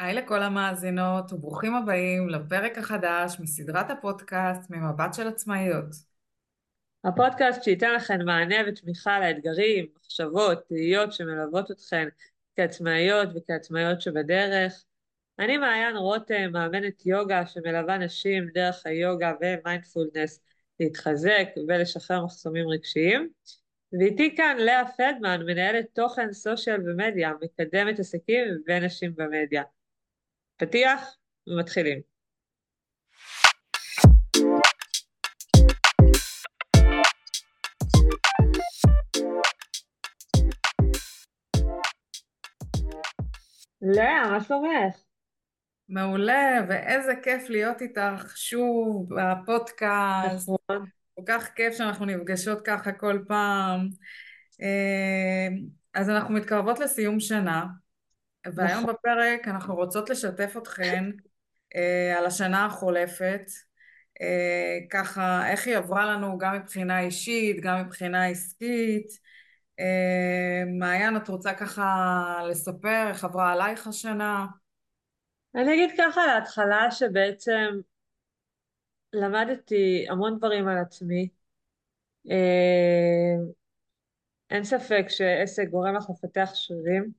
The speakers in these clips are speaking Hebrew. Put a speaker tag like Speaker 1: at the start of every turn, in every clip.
Speaker 1: היי לכל המאזינות וברוכים הבאים לפרק החדש מסדרת הפודקאסט ממבט של עצמאיות.
Speaker 2: הפודקאסט שייתן לכן מענה ותמיכה לאתגרים, מחשבות, תהיות שמלוות אתכן כעצמאיות וכעצמאיות שבדרך. אני מעיין רותם, מאמנת יוגה שמלווה נשים דרך היוגה ומיינדפולנס להתחזק ולשחרר מחסומים רגשיים. ואיתי כאן לאה פלדמן, מנהלת תוכן סושיאל ומדיה, מקדמת עסקים ונשים במדיה. פתיח ומתחילים. לאה, מה שלומך?
Speaker 1: מעולה, ואיזה כיף להיות איתך שוב בפודקאסט.
Speaker 2: נכון,
Speaker 1: כל כך כיף שאנחנו נפגשות ככה כל פעם. אז אנחנו מתקרבות לסיום שנה, והיום
Speaker 2: נכון.
Speaker 1: בפרק אנחנו רוצות לשתף אתכן על השנה החולפת. ככה, איך היא עברה לנו גם מבחינה אישית, גם מבחינה עסקית. מעיין, את רוצה ככה לספר איך עברה עלייך השנה?
Speaker 2: אני אגיד ככה להתחלה שבעצם למדתי המון דברים על עצמי. אה, אין ספק שעסק גורם לך לפתח שרירים,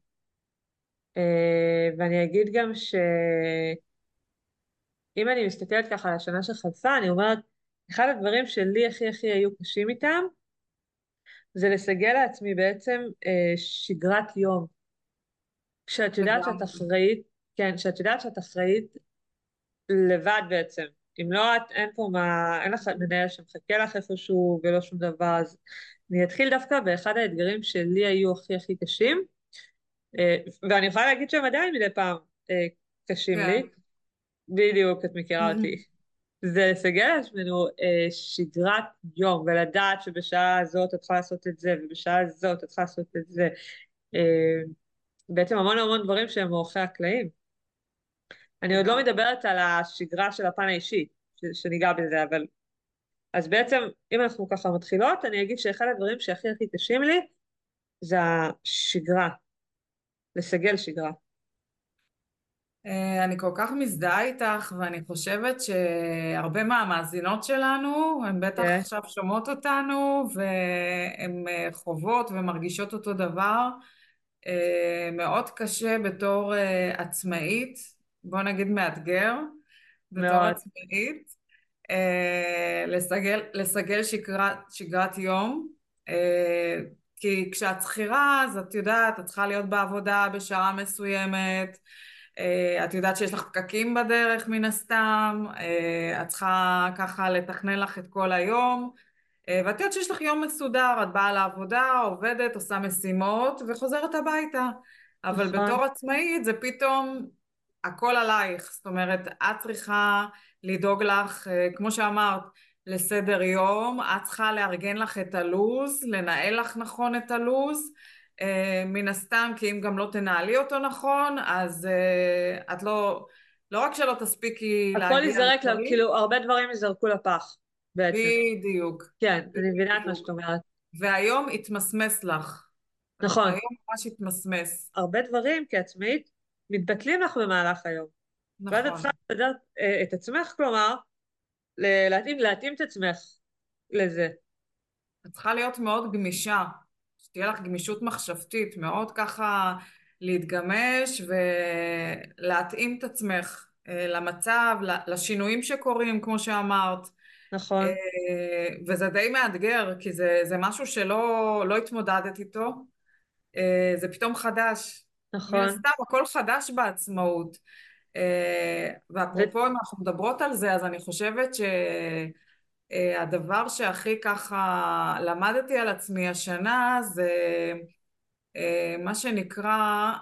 Speaker 2: ואני אגיד גם שאם אני מסתכלת ככה על השנה שחלפה, אני אומרת, אחד הדברים שלי הכי היו קשים איתם, זה לסגל לעצמי בעצם שגרת יום. כשאת יודעת שאת
Speaker 1: לגמרי.
Speaker 2: אחראית, כן, כשאת יודעת שאת אחראית לבד בעצם. אם לא, אין פה מה, אין לך מנהל שמחכה לך איפשהו ולא שום דבר, אז אני אתחיל דווקא באחד האתגרים שלי היו הכי קשים, ואני יכולה להגיד שהם עדיין מדי פעם קשים
Speaker 1: כן.
Speaker 2: לי, בדיוק, את מכירה אותי. זה לסגל לעצמנו שגרת יום, ולדעת שבשעה הזאת את צריכה לעשות את זה, ובשעה הזאת את צריכה לעשות את זה. אה, בעצם המון דברים שהם מאחורי הקלעים. אני עוד לא
Speaker 1: לגמרי.
Speaker 2: מדברת על השגרה של הפן האישי, שניגע בזה, אבל אז בעצם, אם אנחנו ככה מתחילות, אני אגיד שאחד הדברים שהכי קשים לי, זה השגרה, לסגל שגרה.
Speaker 1: אני כל כך מזדהה איתך, ואני חושבת שהרבה מהמאזינות שלנו, הן בטח
Speaker 2: כן,
Speaker 1: עכשיו שומעות אותנו, והן חוות ומרגישות אותו דבר. מאוד קשה בתור עצמאית, בוא נגיד מאתגר, בתור
Speaker 2: מאוד,
Speaker 1: עצמאית, לסגל שגרת יום. כי כשאת שכירה, אז את יודעת, את צריכה להיות בעבודה בשעה מסוימת, את יודעת שיש לך פקקים בדרך מן הסתם, את צריכה ככה לתכנן לך את כל היום, ואת יודעת שיש לך יום מסודר, את באה לעבודה, עובדת, עושה משימות וחוזרת הביתה. אבל
Speaker 2: נכון,
Speaker 1: בתור עצמאית זה פתאום הכל עלייך, זאת אומרת, את צריכה לדאוג לך, כמו שאמרת, לסדר יום, את צריכה לארגן לך את הלוז, לנהל לך נכון את הלוז, מן הסתם, כי אם גם לא תנהלי אותו נכון, אז את לא רק שלא תספיקי
Speaker 2: הכל
Speaker 1: להגיע
Speaker 2: ייזרק,
Speaker 1: לדברים,
Speaker 2: כאילו הרבה דברים ייזרקו לפח, בעצם.
Speaker 1: בדיוק,
Speaker 2: כן, אני מבינה את מה שאת
Speaker 1: בדיוק.
Speaker 2: אומרת.
Speaker 1: והיום התמסמס לך.
Speaker 2: נכון,
Speaker 1: היום ממש התמסמס.
Speaker 2: הרבה דברים כעצמאית מתבטלים לך במהלך היום. ואז את
Speaker 1: נכון.
Speaker 2: צריכה לדעת את עצמך, כלומר, להתאים את עצמך לזה.
Speaker 1: את צריכה להיות מאוד גמישה, שתהיה לך גמישות מחשבתית, מאוד ככה להתגמש ולהתאים את עצמך למצב, לשינויים שקורים, כמו שאמרת.
Speaker 2: נכון,
Speaker 1: וזה די מאתגר, כי זה משהו לא התמודדת איתו, זה פתאום חדש. מן
Speaker 2: נכון.
Speaker 1: הסתם, הכל חדש בעצמאות. ואפרופו, אם אנחנו מדברות על זה, אז אני חושבת שהדבר שהכי ככה למדתי על עצמי השנה זה מה שנקרא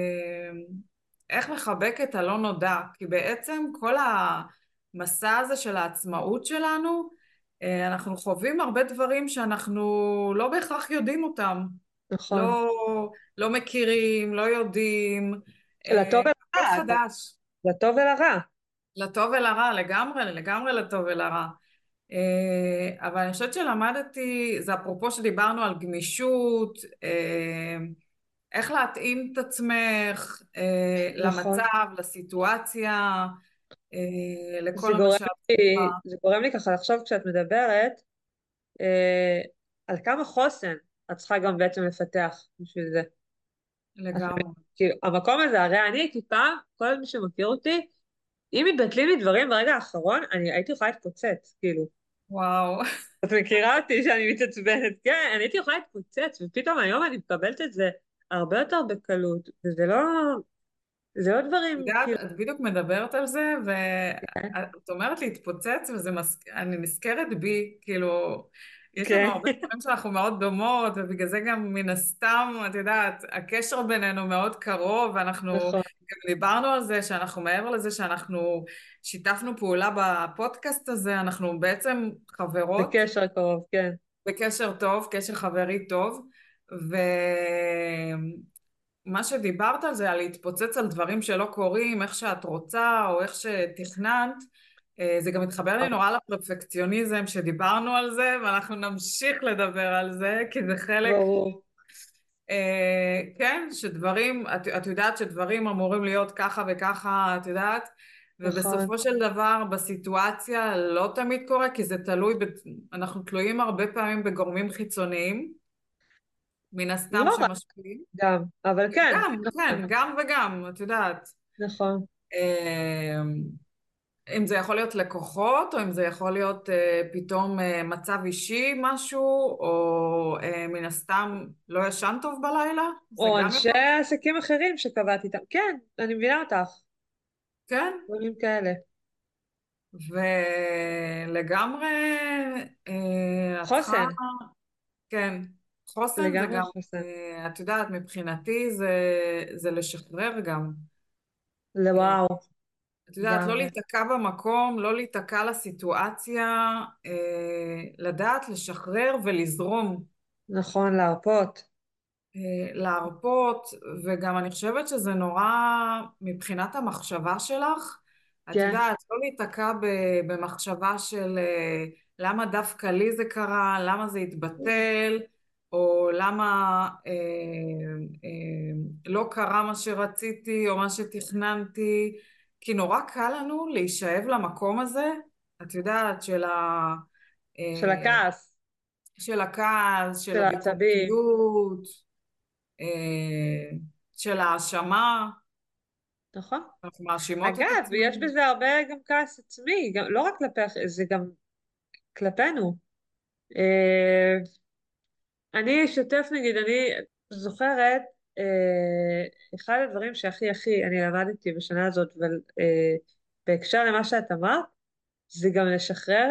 Speaker 1: איך לחבק את הלא נודע, כי בעצם כל המסע הזה של העצמאות שלנו, אנחנו חווים הרבה דברים שאנחנו לא בהכרח יודעים אותם,
Speaker 2: נכון.
Speaker 1: לא, לא מכירים, לא יודעים,
Speaker 2: לטוב
Speaker 1: הכל
Speaker 2: ולרע, אגב.
Speaker 1: חדש.
Speaker 2: לטוב ולרע.
Speaker 1: לטוב ולרע, לגמרי, לגמרי לטוב ולרע. אבל אני חושבת שלמדתי, זה אפרופו שדיברנו על גמישות, איך להתאים את עצמך
Speaker 2: נכון.
Speaker 1: למצב, לסיטואציה,
Speaker 2: זה
Speaker 1: לכל מה
Speaker 2: גורם
Speaker 1: שאת צריכה.
Speaker 2: זה גורם לי ככה לחשוב כשאת מדברת, אה, על כמה חוסן את צריכה גם בעצם לפתח בשביל זה. את מבינה?
Speaker 1: לגמרי.
Speaker 2: כאילו, המקום הזה, הרי אני הייתי פעם, כל מי שמכיר אותי, אם מתבטלים לי דברים ברגע האחרון, אני הייתי יכולה להתפוצץ, כאילו.
Speaker 1: וואו.
Speaker 2: את מכירה אותי שאני מתעצבנת, כן, אני הייתי יכולה להתפוצץ, ופתאום היום אני מקבלת את זה הרבה יותר בקלות, וזה לא, זה לא
Speaker 1: את
Speaker 2: דברים,
Speaker 1: יודעת,
Speaker 2: כאילו,
Speaker 1: את בדיוק מדברת על זה,
Speaker 2: כן,
Speaker 1: ואת אומרת להתפוצץ, אני נזכרת בי, כאילו, יש לנו
Speaker 2: כן,
Speaker 1: הרבה דברים שאנחנו מאוד דומות, ובגלל זה גם מן הסתם, את יודעת, הקשר בינינו מאוד קרוב, ואנחנו
Speaker 2: נכון,
Speaker 1: גם דיברנו על זה, שאנחנו מעבר לזה שאנחנו שיתפנו פעולה בפודקאסט הזה, אנחנו בעצם חברות
Speaker 2: בקשר קרוב, כן,
Speaker 1: בקשר טוב, קשר חברי טוב, מה שדיברת על זה, על להתפוצץ על דברים שלא קורים, איך שאת רוצה או איך שתכננת, זה גם מתחבר לי נורא לפרפקציוניזם שדיברנו על זה, ואנחנו נמשיך לדבר על זה, כי זה חלק,
Speaker 2: ברור,
Speaker 1: כן, שדברים, את יודעת שדברים אמורים להיות ככה וככה, את יודעת,
Speaker 2: נכון.
Speaker 1: ובסופו של דבר בסיטואציה לא תמיד קורה, כי זה תלוי, אנחנו תלויים הרבה פעמים בגורמים חיצוניים, מן הסתם
Speaker 2: לא רק
Speaker 1: שמשפיעים.
Speaker 2: גם, אבל כן,
Speaker 1: גם,
Speaker 2: נכון,
Speaker 1: כן, גם וגם, את יודעת.
Speaker 2: נכון.
Speaker 1: אה, אם זה יכול להיות לקוחות, או אם זה יכול להיות פתאום מצב אישי משהו, או מן הסתם לא ישן טוב בלילה, זה
Speaker 2: או
Speaker 1: גם
Speaker 2: אנשי
Speaker 1: יכול להיות.
Speaker 2: עסקים אחרים שקבעתי איתם, כן, אני מבינה אותך,
Speaker 1: כן,
Speaker 2: דברים כאלה.
Speaker 1: ולגמרי את צריכה,
Speaker 2: חוסן,
Speaker 1: כן, חוסן זה
Speaker 2: לגמרי
Speaker 1: גם,
Speaker 2: חוסן.
Speaker 1: את יודעת, מבחינתי זה לשחרר גם. אה,
Speaker 2: וואו,
Speaker 1: את יודעת, לא
Speaker 2: גם,
Speaker 1: להיתקע במקום, לא להיתקע לסיטואציה, לדעת לשחרר ולזרום,
Speaker 2: נכון, להרפות,
Speaker 1: להרפות, וגם אני חושבת שזה נורא מבחינת המחשבה שלך, את
Speaker 2: כן,
Speaker 1: יודעת, לא להיתקע במחשבה של למה דווקא לי זה קרה, למה זה התבטל, או למה לא קרה מה שרציתי או מה שתכננתי, כי נורא קל לנו להישאב למקום הזה, את יודעת,
Speaker 2: של
Speaker 1: אה,
Speaker 2: הכעס,
Speaker 1: של הכעס, של
Speaker 2: של העצבים,
Speaker 1: הביקורתיות, אה, של האשמה,
Speaker 2: נכון.
Speaker 1: אנחנו מאשימות את
Speaker 2: אגב, יש
Speaker 1: עצמנו.
Speaker 2: בזה הרבה גם כעס עצמי, גם, לא רק כלפי, זה גם כלפינו. אה, אני אשתף נגיד, אני זוכרת, אחד הדברים שהכי אני למדתי בשנה הזאת, אבל בהקשר למה שאת אמרת, זה גם לשחרר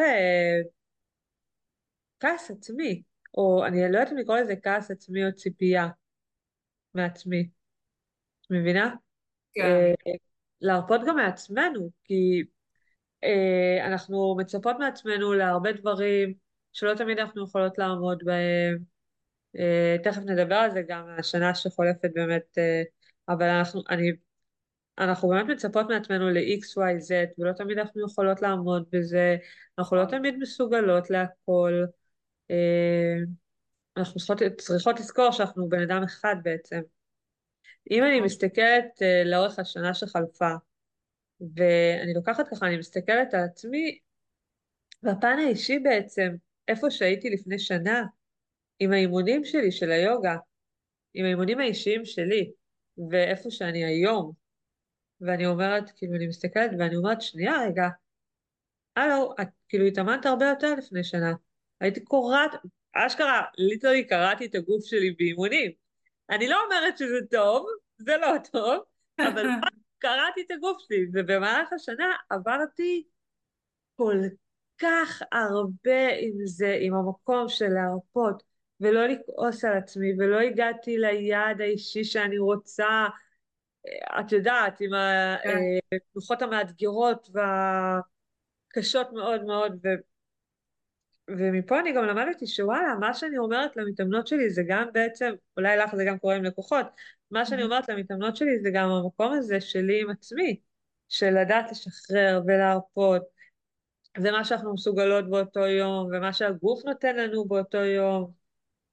Speaker 2: כעס עצמי, או אני לא יודעת אם לקרוא לזה כעס עצמי או ציפייה מעצמי, את מבינה?
Speaker 1: כן,
Speaker 2: אה, להרפות גם מעצמנו, כי אנחנו מצפות מעצמנו להרבה דברים שלא תמיד אנחנו יכולות לעמוד בהם. תכף נדבר על זה גם, השנה שחולפת באמת, אבל אנחנו באמת מצפות מעצמנו ל-X, Y, Z, ולא תמיד אנחנו יכולות לעמוד בזה, אנחנו לא
Speaker 1: נכון,
Speaker 2: תמיד מסוגלות להכל. אה, אנחנו צריכות לזכור שאנחנו בן אדם אחד בעצם. אם אני
Speaker 1: נכון,
Speaker 2: מסתכלת לאורך השנה שחלפה, ואני לוקחת ככה, אני מסתכלת על עצמי, והפן האישי בעצם, איפה שהייתי לפני שנה, עם האימונים שלי של היוגה, עם האימונים האישיים שלי, ואיפה שאני היום, ואני אומרת, כאילו, אני מסתכלת ואני אומרת, שנייה רגע, הלו, את כאילו התאמנת הרבה יותר לפני שנה. הייתי קוראת, אשכרה, ליטרלי קראתי את הגוף שלי באימונים. אני לא אומרת שזה טוב, זה לא טוב, אבל קראתי את הגוף שלי, ובמהלך השנה עברתי כל כך הרבה עם זה, עם המקום של להרפות, ולא לכעוס על עצמי, ולא הגעתי ליעד האישי שאני רוצה, את יודעת, עם
Speaker 1: כן,
Speaker 2: התנוחות המאתגרות והקשות מאוד מאוד, ומפה אני גם למדתי שוואלה, מה שאני אומרת למתאמנות שלי זה גם בעצם, אולי לך זה גם קורה עם לקוחות, מה שאני אומרת למתאמנות שלי זה גם המקום הזה שלי עם עצמי, של לדעת לשחרר ולהרפות, זה מה שאנחנו מסוגלות באותו יום, ומה שהגוף נותן לנו באותו יום,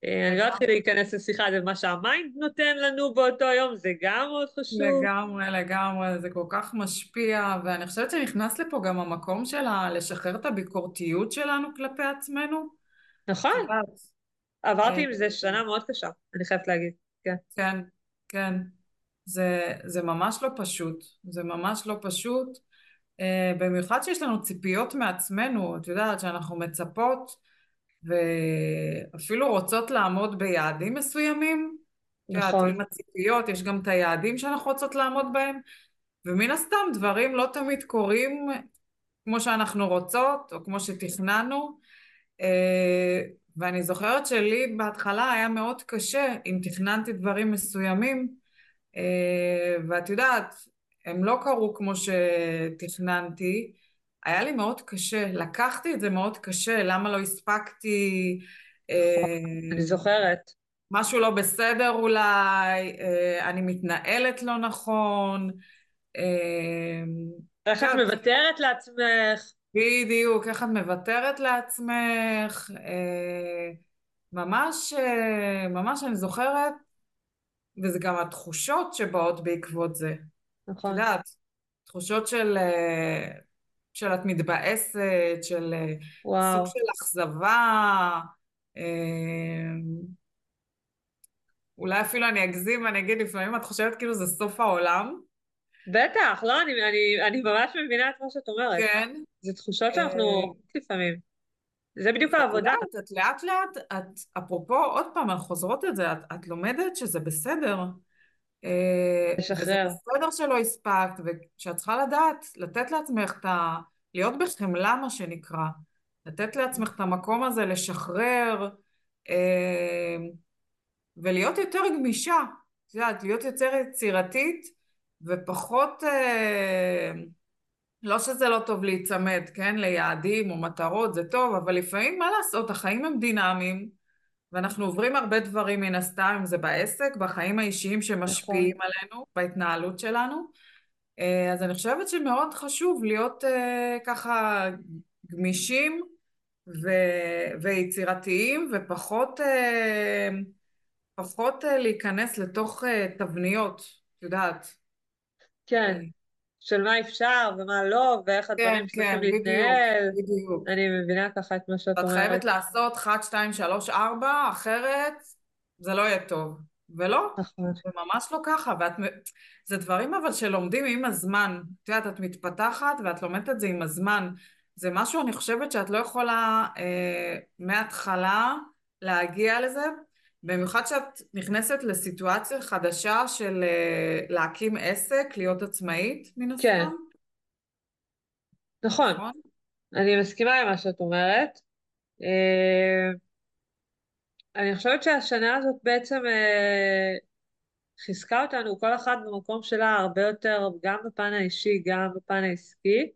Speaker 2: אני לא אתחיל להיכנס לשיחה, זה מה שהמיינד נותן לנו באותו יום, זה גם מאוד חשוב.
Speaker 1: לגמרי, לגמרי, זה כל כך משפיע, ואני חושבת שנכנס לפה גם המקום של לשחרר את הביקורתיות שלנו כלפי עצמנו. את
Speaker 2: נכון,
Speaker 1: יודעת,
Speaker 2: עברתי
Speaker 1: אה,
Speaker 2: עם זה שנה מאוד קשה, אני חייבת להגיד. כן,
Speaker 1: כן, כן, זה ממש לא פשוט, זה ממש לא פשוט, במיוחד שיש לנו ציפיות מעצמנו, את יודעת, שאנחנו מצפות ואפילו רוצות לעמוד ביעדים מסוימים, את יודעת,
Speaker 2: נכון,
Speaker 1: עם הציפיות יש גם את היעדים שאנחנו רוצות לעמוד בהם, ומן הסתם דברים לא תמיד קורים כמו שאנחנו רוצות או כמו שתכננו, ואני זוכרת שלי בהתחלה היה מאוד קשה אם תכננתי דברים מסוימים, ואת יודעת, הם לא קרו כמו שתכננתי, היה לי מאוד קשה, לקחתי את זה מאוד קשה, למה לא הספקתי,
Speaker 2: נכון, אני
Speaker 1: אה,
Speaker 2: זוכרת.
Speaker 1: משהו לא בסדר אולי, אני מתנהלת לא נכון, את
Speaker 2: איך את
Speaker 1: יודעת,
Speaker 2: מוותרת לעצמך?
Speaker 1: בדיוק, איך את מוותרת לעצמך, ממש, ממש אני זוכרת, וזה גם התחושות שבאות בעקבות זה, את
Speaker 2: נכון,
Speaker 1: יודעת, תחושות של את מתבאסת, של סוג
Speaker 2: וואו.
Speaker 1: של אכזבה, אה, אולי אפילו אני אגזים ואני אגיד, לפעמים את חושבת כאילו זה סוף העולם,
Speaker 2: בטח, לא, אני ממש מבינה את מה שאת אומרת.
Speaker 1: כן,
Speaker 2: זה תחושות שאנחנו
Speaker 1: אה,
Speaker 2: לפעמים. זה בדיוק
Speaker 1: ואת
Speaker 2: העבודה,
Speaker 1: יודעת, את לאט לאט, אפרופו, עוד פעם, אנחנו חוזרות את זה, את לומדת שזה בסדר, וזה
Speaker 2: לשחרר.
Speaker 1: בסדר שלא הספקת, ושאת צריכה לדעת, לתת לעצמך להיות בחמלה, מה שנקרא, לתת לעצמך את המקום הזה, לשחרר, אה, ולהיות יותר גמישה, את יודעת, להיות יותר יצירתית, ופחות, לא שזה לא טוב להיצמד, כן, ליעדים או מטרות, זה טוב, אבל לפעמים, מה לעשות, החיים הם דינמיים, ואנחנו עוברים הרבה דברים מן הסתם, אם זה בעסק, בחיים האישיים
Speaker 2: נכון.
Speaker 1: שמשפיעים עלינו, בהתנהלות שלנו. אז אני חושבת שמאוד חשוב להיות ככה גמישים ויצירתיים, ופחות פחות להיכנס לתוך תבניות, את יודעת.
Speaker 2: כן,
Speaker 1: אה,
Speaker 2: של מה אפשר ומה לא, ואיך
Speaker 1: כן,
Speaker 2: הדברים צריכים
Speaker 1: כן, בדיוק,
Speaker 2: להתנהל.
Speaker 1: בדיוק.
Speaker 2: אני מבינה ככה את מה שאת
Speaker 1: את
Speaker 2: אומרת.
Speaker 1: חייבת לעשות 1, 2, 3, 4, אחרת זה לא יהיה טוב. ולא,
Speaker 2: נכון,
Speaker 1: זה ממש לא ככה. זה דברים אבל שלומדים עם הזמן. את יודעת, את מתפתחת ואת לומדת את זה עם הזמן. זה משהו, אני חושבת שאת לא יכולה מההתחלה להגיע לזה, במיוחד שאת נכנסת לסיטואציה חדשה של להקים עסק, להיות עצמאית מן
Speaker 2: כן,
Speaker 1: הסתם,
Speaker 2: נכון.
Speaker 1: נכון?
Speaker 2: אני מסכימה עם מה שאת אומרת. אה, אני חושבת שהשנה הזאת בעצם חיזקה אותנו, כל אחת במקום שלה הרבה יותר, גם בפן האישי, גם בפן העסקי.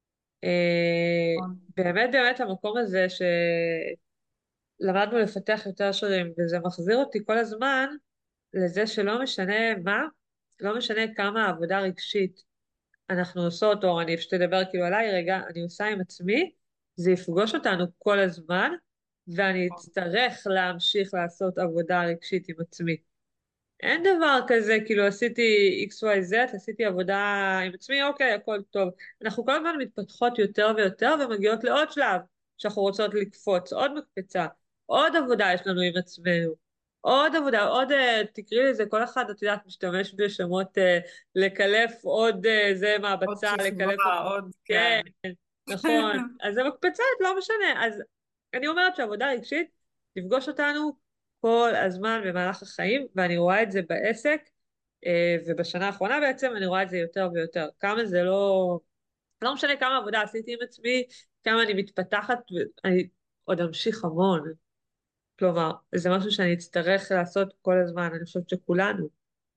Speaker 1: נכון.
Speaker 2: באמת באמת המקום הזה שלמדנו לפתח יותר שרירים, וזה מחזיר אותי כל הזמן לזה שלא משנה מה, לא משנה כמה עבודה רגשית אנחנו עושות, או אני פשוט אדבר כאילו עליי רגע, אני עושה עם עצמי, זה יפגוש אותנו כל הזמן, ואני אצטרך להמשיך לעשות עבודה רגשית עם עצמי. אין דבר כזה, כאילו עשיתי XYZ, עשיתי עבודה עם עצמי, אוקיי, הכל טוב. אנחנו כל הזמן מתפתחות יותר ויותר ומגיעות לעוד שלב שאנחנו רוצות לקפוץ, עוד מקפצה, עוד עבודה יש לנו עם עצמנו, עוד עבודה, עוד, תקראי לזה, כל אחד, את יודעת, משתמש בשמות לקלף עוד זה
Speaker 1: עוד
Speaker 2: מהבצל,
Speaker 1: שכבה,
Speaker 2: לקלף עוד,
Speaker 1: עוד,
Speaker 2: כן,
Speaker 1: כן.
Speaker 2: נכון, אז זה מקפצת, לא משנה, אז אני אומרת שעבודה רגשית תפגוש אותנו כל הזמן במהלך החיים, ואני רואה את זה בעסק, ובשנה האחרונה בעצם אני רואה את זה יותר ויותר. כמה זה לא משנה כמה עבודה עשיתי עם עצמי, כמה אני מתפתחת, ואני עוד אמשיך המון. כלומר, זה משהו שאני אצטרך לעשות כל הזמן, אני חושבת שכולנו.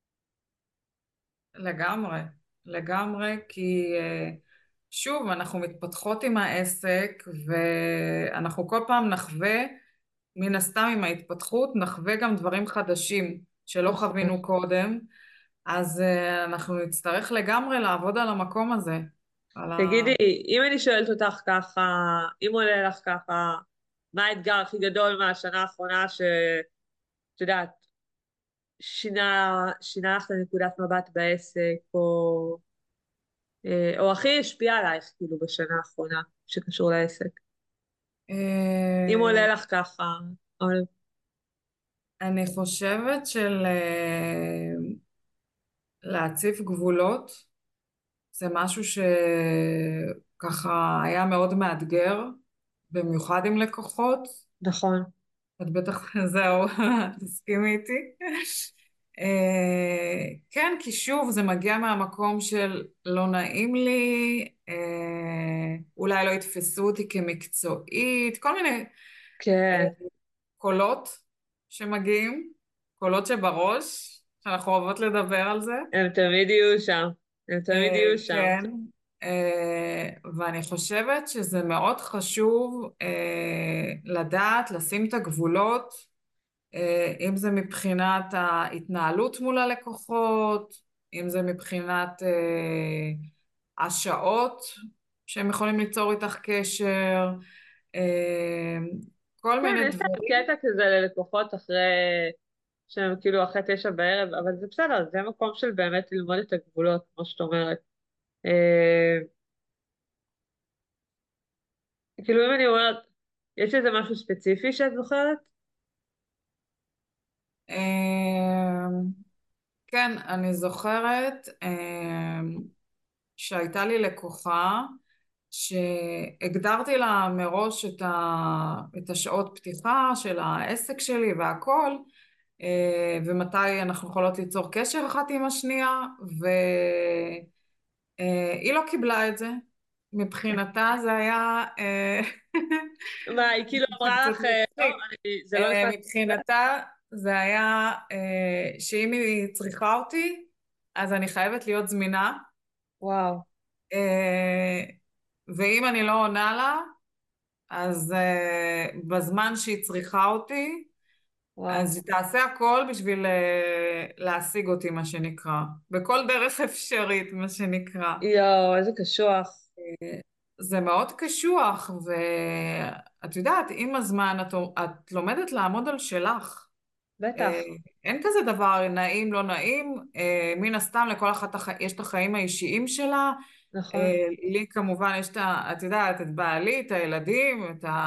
Speaker 1: לגמרי, לגמרי, כי שוב, אנחנו מתפתחות עם העסק, ואנחנו כל פעם נחווה, מן הסתם עם ההתפתחות, נחווה גם דברים חדשים שלא
Speaker 2: נכון.
Speaker 1: חווינו קודם, אז אנחנו נצטרך לגמרי לעבוד על המקום הזה, על
Speaker 2: תגידי, אם אני שואלת אותך ככה, אם עולה לך ככה, מה האתגר הכי גדול מהשנה האחרונה את יודעת, שינה לך את נקודת מבט בעסק, או הכי השפיע עלייך, כאילו, בשנה האחרונה, שקשור לעסק. אם עולה
Speaker 1: אה,
Speaker 2: לך ככה, אבל
Speaker 1: אני חושבת להציב גבולות זה משהו שככה היה מאוד מאתגר, במיוחד עם לקוחות.
Speaker 2: נכון.
Speaker 1: את בטח, זהו, תסכימי איתי. כן, כי שוב, זה מגיע מהמקום של לא נעים לי, אולי לא יתפסו אותי כמקצועית, כל מיני אה,
Speaker 2: כן,
Speaker 1: קולות שמגיעים, קולות שבראש, שאנחנו אוהבות לדבר על זה.
Speaker 2: הם תמיד יהיו שם. הם תמיד יהיו שם.
Speaker 1: כן, ואני חושבת שזה מאוד חשוב לדעת, לשים את הגבולות, אם זה מבחינת ההתנהלות מול הלקוחות, אם זה מבחינת השעות שהם יכולים ליצור איתך קשר, אה, כל
Speaker 2: כן,
Speaker 1: מיני
Speaker 2: יש להם
Speaker 1: דברים.
Speaker 2: קטע כזה ללקוחות שהם כאילו אחרי 9 בערב, אבל זה בסדר, זה מקום של באמת ללמוד את הגבולות, כמו שאת אומרת. אה, כאילו אם אני אומרת, יש איזה משהו ספציפי שאת זוכרת?
Speaker 1: אה, כן, אני זוכרת שהייתה לי לקוחה שהגדרתי לה מראש את השעות פתיחה של העסק שלי והכל, ומתי אנחנו יכולות ליצור קשר אחת עם השנייה, והיא לא קיבלה את זה. מבחינתה זה היה
Speaker 2: מה, היא כאילו
Speaker 1: זה
Speaker 2: אמרה
Speaker 1: קצת
Speaker 2: לך, לא,
Speaker 1: מצחיק.
Speaker 2: זה לא נכנס.
Speaker 1: מבחינתה זה היה שאם היא צריכה אותי, אז אני חייבת להיות זמינה,
Speaker 2: וואו,
Speaker 1: אה, ואם אני לא עונה לה, אז בזמן שהיא צריכה אותי,
Speaker 2: וואו.
Speaker 1: אז היא תעשה הכל בשביל להשיג אותי, מה שנקרא. בכל דרך אפשרית, מה שנקרא.
Speaker 2: יואו, איזה קשוח.
Speaker 1: זה מאוד קשוח, ואת יודעת, עם הזמן את לומדת לעמוד על שלך. אה,
Speaker 2: בטח,
Speaker 1: אין כזה דבר נעים, לא נעים. מן הסתם לכל אחת יש את החיים האישיים שלה.
Speaker 2: נכון.
Speaker 1: לי כמובן יש את יודעת, את בעלי, את הילדים,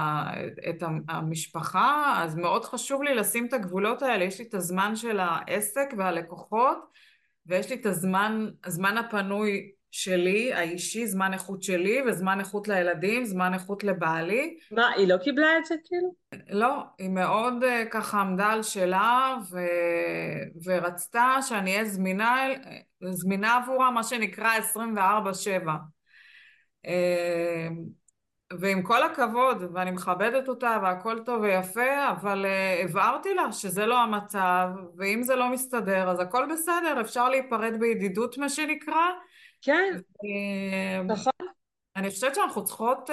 Speaker 1: המשפחה, אז מאוד חשוב לי לשים את הגבולות האלה. יש לי את הזמן של העסק והלקוחות, ויש לי את הזמן הפנוי שלי, האישי, זמן איכות שלי, וזמן איכות לילדים, זמן איכות לבעלי.
Speaker 2: מה, היא לא קיבלה את זה כאילו?
Speaker 1: לא, היא מאוד ככה עמדה על שלה ורצתה שאני אהיה זמינה עבורה, מה שנקרא 24/7. אה, ועם כל הכבוד, ואני מכבדת אותה והכל טוב ויפה, אבל הבהרתי לה שזה לא המצב, ואם זה לא מסתדר אז הכל בסדר, אפשר להיפרד בידידות מה שנקרא.
Speaker 2: כן,
Speaker 1: אה,
Speaker 2: נכון.
Speaker 1: אני חושבת שאנחנו צריכות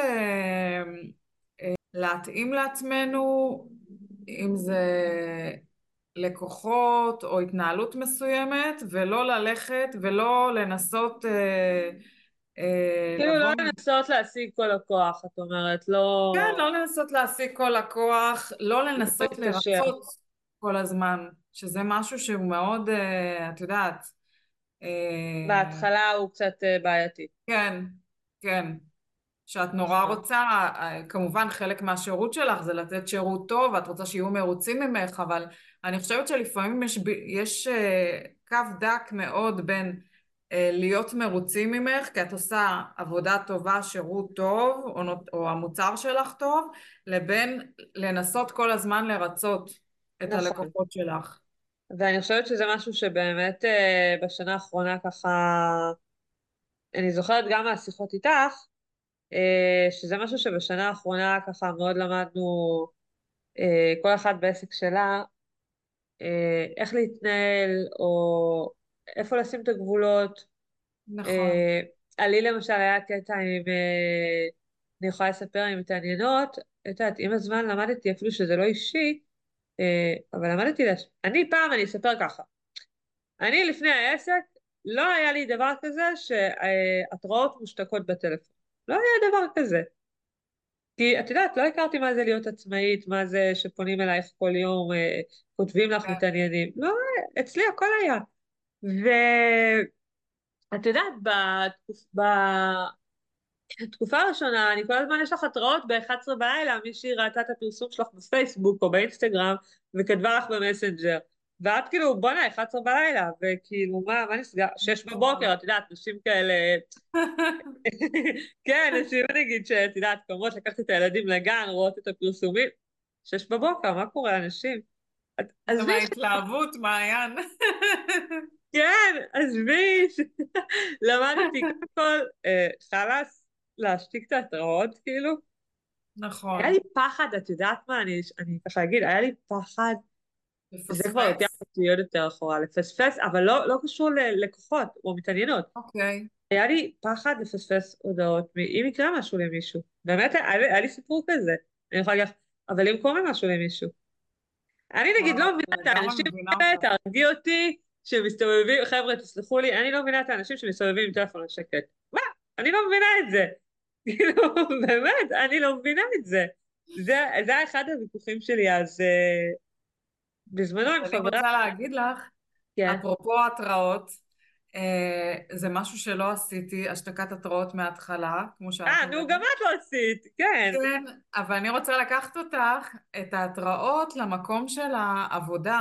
Speaker 1: להתאים לעצמנו, אם זה לקוחות או התנהלות מסוימת, ולא ללכת ולא לנסות
Speaker 2: כאילו לא
Speaker 1: לבוא
Speaker 2: לנסות להשיג כל הכוח, את אומרת, לא
Speaker 1: כן, לא לנסות להשיג כל לקוח, לא לנסות
Speaker 2: להתקשר.
Speaker 1: לרצות כל הזמן, שזה משהו שהוא מאוד, את יודעת,
Speaker 2: בהתחלה הוא קצת בעייתי.
Speaker 1: כן, כן, שאת נורא
Speaker 2: נכון.
Speaker 1: רוצה, כמובן חלק מהשירות שלך זה לתת שירות טוב, ואת רוצה שיהיו מרוצים ממך, אבל אני חושבת שלפעמים יש קו דק מאוד בין להיות מרוצים ממך, כי את עושה עבודה טובה, שירות טוב, או המוצר שלך טוב, לבין לנסות כל הזמן לרצות את
Speaker 2: נכון.
Speaker 1: הלקוחות שלך.
Speaker 2: ואני חושבת שזה משהו שבאמת בשנה האחרונה ככה, אני זוכרת גם מהשיחות איתך, שזה משהו שבשנה האחרונה ככה מאוד למדנו, כל אחת בעסק שלה, איך להתנהל, או איפה לשים את הגבולות.
Speaker 1: נכון,
Speaker 2: אה, לי למשל היה קטע אני יכולה לספר אם מתעניינות, את יודעת, עם הזמן למדתי אפילו שזה לא אישי, אבל למדתי, אני פעם, אני אספר ככה, אני לפני העסק, לא היה לי דבר כזה שהתראות מושתקות בטלפון. לא היה דבר כזה. כי את יודעת, לא הכרתי מה זה להיות עצמאית, מה זה שפונים אלייך כל יום, כותבים לך,
Speaker 1: כן.
Speaker 2: מתעניינים. לא, אצלי הכל היה. ואת יודעת, בתקופה הראשונה, אני כל הזמן יש לך התראות ב-11 בלילה, מישהי ראתה את הפרסום שלך בפייסבוק או באינסטגרם, וכתבה לך במסנג'ר. ואת כאילו, בוא'נה, 11 בלילה, וכאילו, מה נסגר? 6
Speaker 1: נכון.
Speaker 2: בבוקר, את יודעת, נשים כאלה, כן, נשים נגיד, שאת יודעת, קמות לקחת את הילדים לגן, רואות את הפרסומים, 6 בבוקר, מה קורה, אנשים?
Speaker 1: זה
Speaker 2: עזבי,
Speaker 1: מההתלהבות, מעיין.
Speaker 2: כן, עזבי, למדתי קודם כל, חלאס, להשתיק את ההתראות, כאילו. היה
Speaker 1: נכון.
Speaker 2: לי פחד, את יודעת מה, אני ככה אגיד, היה לי פחד, זה כבר לוקח
Speaker 1: לפספס?
Speaker 2: אותי עוד יותר אחורה, לפספס, אבל לא קשור ללקוחות או מתעניינות.
Speaker 1: אוקיי.
Speaker 2: היה לי פחד לפספס הודעות, אם יקרה משהו למישהו. באמת, היה לי סיפור כזה. אני יכולה להגיד לך, אבל אם קורה משהו למישהו. אני נגיד
Speaker 1: וואו,
Speaker 2: לא מבינה את
Speaker 1: לגמרי
Speaker 2: האנשים
Speaker 1: מבינה
Speaker 2: האלה,
Speaker 1: אותך.
Speaker 2: תהרגי אותי, שמסתובבים, חבר'ה, תסלחו לי, אני לא מבינה את האנשים שמסתובבים עם טלפון על שקט. מה? אני לא מבינה את זה. כאילו, באמת, אני לא מבינה את זה. זה היה אחד הוויכוחים שלי אז בזמנו
Speaker 1: אז
Speaker 2: עם
Speaker 1: אני
Speaker 2: חברה.
Speaker 1: רוצה להגיד לך,
Speaker 2: כן.
Speaker 1: אפרופו התראות, זה משהו שלא עשיתי, השתקת התראות מההתחלה, כמו שאת
Speaker 2: נו,
Speaker 1: אומרת.
Speaker 2: גם את לא עשית, כן.
Speaker 1: כן, אבל אני רוצה לקחת אותך, את ההתראות, למקום של העבודה.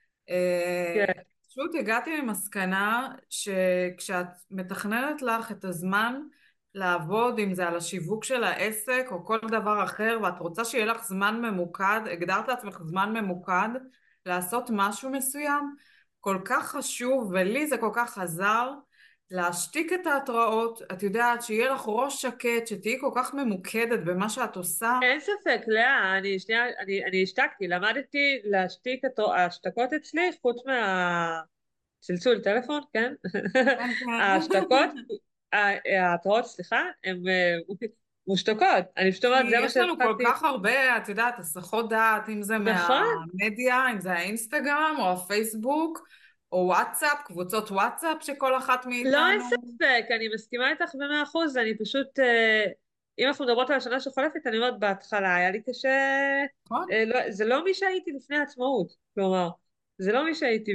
Speaker 2: כן.
Speaker 1: פשוט הגעתי למסקנה שכשאת מתכננת לך את הזמן לעבוד, אם זה על השיווק של העסק או כל דבר אחר, ואת רוצה שיהיה לך זמן ממוקד, הגדרת לעצמך זמן ממוקד, לעשות משהו מסוים, כל כך חשוב, ולי זה כל כך עזר, להשתיק את ההתראות, את יודעת, שיהיה לך ראש שקט, שתהיי כל כך ממוקדת במה שאת עושה.
Speaker 2: אין ספק, לאה, אני השתקתי, למדתי להשתיק את ההשתקות אצלי, חוץ מהצלצול טלפון, כן?
Speaker 1: כן, כן.
Speaker 2: ההשתקות, ההתראות, סליחה, הן מושתקות. אני פשוט אומרת,
Speaker 1: כי
Speaker 2: זה מה
Speaker 1: יש לנו כל
Speaker 2: שהתחלתי.
Speaker 1: כך הרבה, את יודעת, הסחות דעת, אם זה
Speaker 2: נכון,
Speaker 1: מהמדיה, אם זה האינסטגרם או הפייסבוק, או וואטסאפ, קבוצות וואטסאפ שכל אחת
Speaker 2: לא, אין
Speaker 1: מאיתנו.
Speaker 2: ספק, אני מסכימה איתך ב100%, אני פשוט, אם אנחנו מדברות על השנה שחולפת, אני אומרת, בהתחלה היה לי קשה,
Speaker 1: נכון?
Speaker 2: זה לא מי שהייתי לפני העצמאות, כלומר, זה לא מי שהייתי,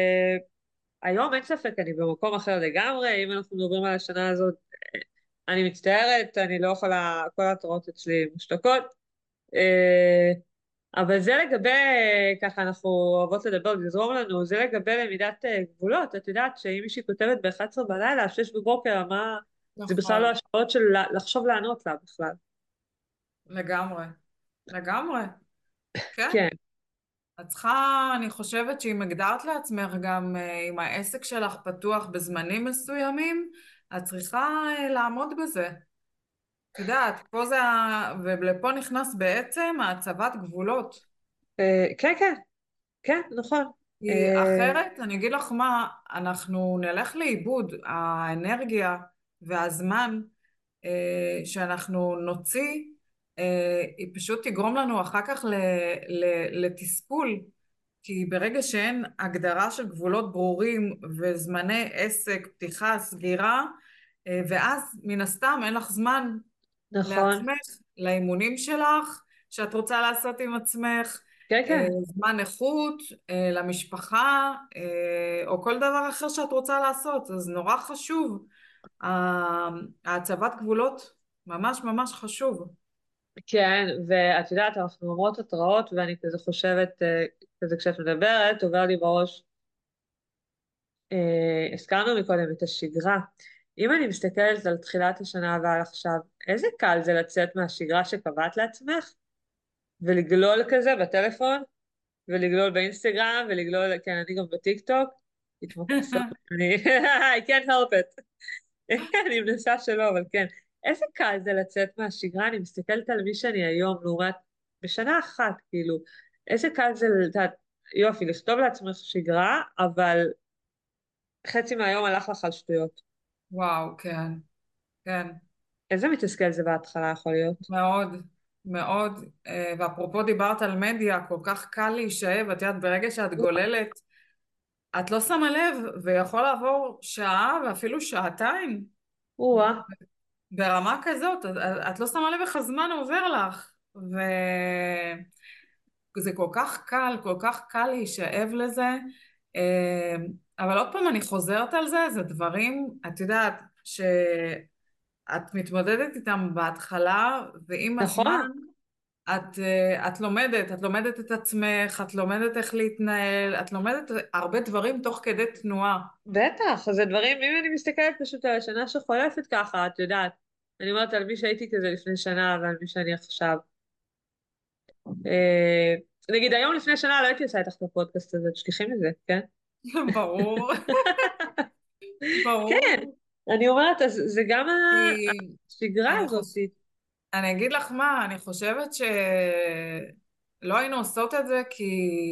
Speaker 2: והיום אין ספק, אני במקום אחר לגמרי, אם אנחנו מדברים על השנה הזאת, אני מצטערת, אני לא יכולה, כל ההתראות אצלי מושתקות, אה, אבל זה לגבי, ככה אנחנו אוהבות לדבר, לזרום לנו, זה לגבי למידת גבולות. את יודעת שאם מישהי כותבת ב-11 בלילה, 6 בבוקר, מה, זה בכלל לא
Speaker 1: נכון,
Speaker 2: השעות של לחשוב לענות לה בכלל.
Speaker 1: לגמרי, לגמרי, כן.
Speaker 2: כן,
Speaker 1: את צריכה, אני חושבת שאם הגדרת לעצמך גם אם העסק שלך פתוח בזמנים מסוימים, את צריכה לעמוד בזה. את יודעת, פה זה, ולפה נכנס בעצם הצבת גבולות.
Speaker 2: כן, כן, כן, נכון.
Speaker 1: כי
Speaker 2: אה,
Speaker 1: אחרת, אני אגיד לך מה, אנחנו נלך לאיבוד. האנרגיה והזמן שאנחנו נוציא, היא פשוט תגרום לנו אחר כך לתסכול. כי ברגע שאין הגדרה של גבולות ברורים וזמני עסק, פתיחה, סגירה, ואז מן הסתם אין לך זמן
Speaker 2: נכון,
Speaker 1: לעצמך, לאימונים שלך, שאת רוצה לעשות עם עצמך,
Speaker 2: כן, כן.
Speaker 1: זמן איכות, למשפחה, או כל דבר אחר שאת רוצה לעשות. אז נורא חשוב, הצבת גבולות, ממש ממש חשוב.
Speaker 2: כן, ואת יודעת, אנחנו אומרות התראות, ואני כזה חושבת, כזה כשאת מדברת, עובר לי בראש, הזכרנו מקודם את השגרה. אם אני מסתכלת על תחילת השנה ועל עכשיו, איזה קל זה לצאת מהשגרה שקבעת לעצמך, ולגלול כזה בטלפון, ולגלול באינסטגרם, ולגלול, כן, אני גם בטיקטוק, התמקצוע, I can't help it. אני מנסה שלא, אבל כן. איזה קל זה לצאת מהשגרה, אני מסתכלת על מי שאני היום, לעומת בשנה אחת, כאילו, איזה קל זה, יופי, לכתוב לעצמך שגרה, אבל חצי מהיום הלך לך על שטויות.
Speaker 1: וואו, כן, כן,
Speaker 2: איזה מתסכל זה בהתחלה יכול להיות.
Speaker 1: מאוד, מאוד. ואפרופו דיברת על מדיה, כל כך קל להישאב, את יודעת, ברגע שאת גוללת, את לא שמה לב, ויכול לעבור שעה ואפילו שעתיים,
Speaker 2: או-אה,
Speaker 1: ברמה כזאת, את לא שמה לב איך הזמן עובר לך. זה כל כך קל להישאב לזה, אבל עוד פעם אני חוזרת על זה, זה דברים, את יודעת, שאת מתמודדת איתם בהתחלה, ועם הזמן
Speaker 2: נכון,
Speaker 1: את לומדת את עצמך, את לומדת איך להתנהל, את לומדת הרבה דברים תוך כדי תנועה.
Speaker 2: בטח, זה דברים, אם אני מסתכלת פשוט על השנה שחולפת ככה, את יודעת, אני אומרת על מי שהייתי כזה לפני שנה ועל מי שאני עכשיו. אה, נגיד היום לפני שנה לא הייתי עושה איתך את הפודקאסט הזה, תשכחי מזה, כן?
Speaker 1: ברור,
Speaker 2: כן,
Speaker 1: ברור.
Speaker 2: אני אומרת, אז זה גם
Speaker 1: כי
Speaker 2: השגרה
Speaker 1: אני
Speaker 2: הזאת.
Speaker 1: חוש... אני אגיד לך מה, אני חושבת שלא היינו עושות את זה כי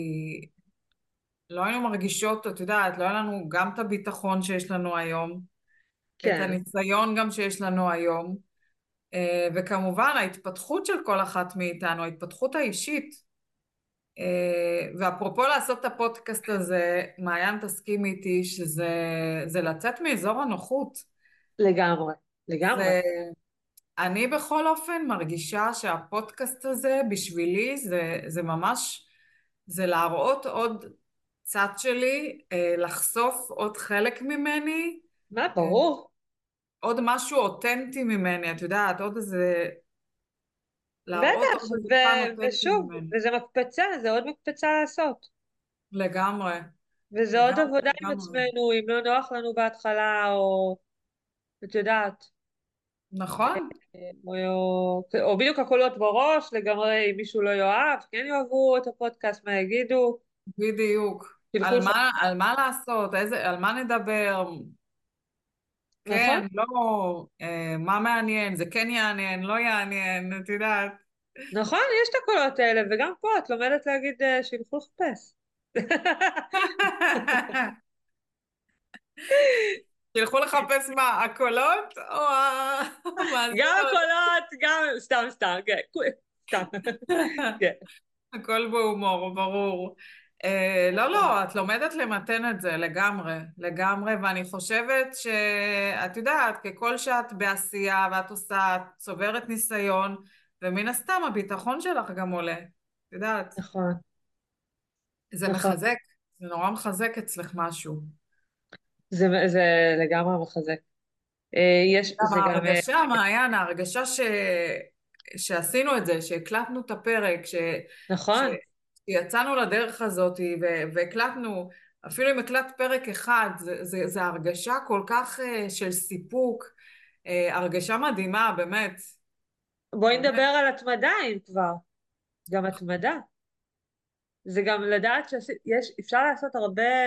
Speaker 1: לא היינו מרגישות, את יודעת, לא היה לנו גם את הביטחון שיש לנו היום, את
Speaker 2: כן,
Speaker 1: הניסיון גם שיש לנו היום, וכמובן ההתפתחות של כל אחת מאיתנו, ההתפתחות האישית. ואפרופו לעשות את הפודקאסט הזה, מעיין תסכים איתי שזה זה לצאת מאזור הנוחות.
Speaker 2: לגמרי, לגמרי.
Speaker 1: זה, אני בכל אופן מרגישה שהפודקאסט הזה בשבילי זה ממש, זה להראות עוד צד שלי, לחשוף עוד חלק ממני,
Speaker 2: מה,
Speaker 1: אה,
Speaker 2: ברור.
Speaker 1: עוד משהו אותנטי ממני, את יודעת, עוד איזה, להראות
Speaker 2: בטח,
Speaker 1: עוד איזה פן אותנטי
Speaker 2: ושוב,
Speaker 1: ממני.
Speaker 2: וזה מקפצה, זה עוד מקפצה לעשות.
Speaker 1: לגמרי,
Speaker 2: וזה עוד
Speaker 1: לגמרי,
Speaker 2: עבודה עם
Speaker 1: לגמרי.
Speaker 2: עצמנו, אם לא נוח לנו בהתחלה, או את יודעת,
Speaker 1: נכון,
Speaker 2: או בדיוק הקולות בראש, לגמרי, אם מישהו לא יאהב, כן יאהבו את הפודקאסט, מה יגידו,
Speaker 1: בדיוק.
Speaker 2: תלכו לך,
Speaker 1: על מה לעשות, על מה נדבר,
Speaker 2: נכון?
Speaker 1: כן, לא, מה מעניין, זה כן יעניין, לא יעניין, את יודעת.
Speaker 2: נכון, יש את הקולות האלה, וגם פה את לומדת להגיד שילכו לחפש.
Speaker 1: תלכו לחפש מה, הקולות או
Speaker 2: גם
Speaker 1: המאזינות?
Speaker 2: הקולות, גם, סתם, סתם, כן, סתם, כן,
Speaker 1: הכל בהומור, ברור. לא,
Speaker 2: נכון,
Speaker 1: לא, את לומדת למתן את זה לגמרי, לגמרי, ואני חושבת שאת יודעת, ככל שאת בעשייה ואת עושה, את צוברת ניסיון, ומן הסתם הביטחון שלך גם עולה, את יודעת,
Speaker 2: נכון,
Speaker 1: זה
Speaker 2: נכון.
Speaker 1: מחזק, זה נורא מחזק אצלך משהו.
Speaker 2: זה לגמרי מחזק.
Speaker 1: גם
Speaker 2: זה גם,
Speaker 1: ההרגשה, מעיין, ההרגשה שעשינו את זה, שהקלטנו את הפרק,
Speaker 2: נכון,
Speaker 1: שיצאנו לדרך הזאת והקלטנו, אפילו אם הקלטת פרק אחד, זה הרגשה כל כך של סיפוק, הרגשה מדהימה, באמת,
Speaker 2: בואי נדבר
Speaker 1: באמת,
Speaker 2: על התמדה אם כבר, גם התמדה. זה גם לדעת שאפשר לעשות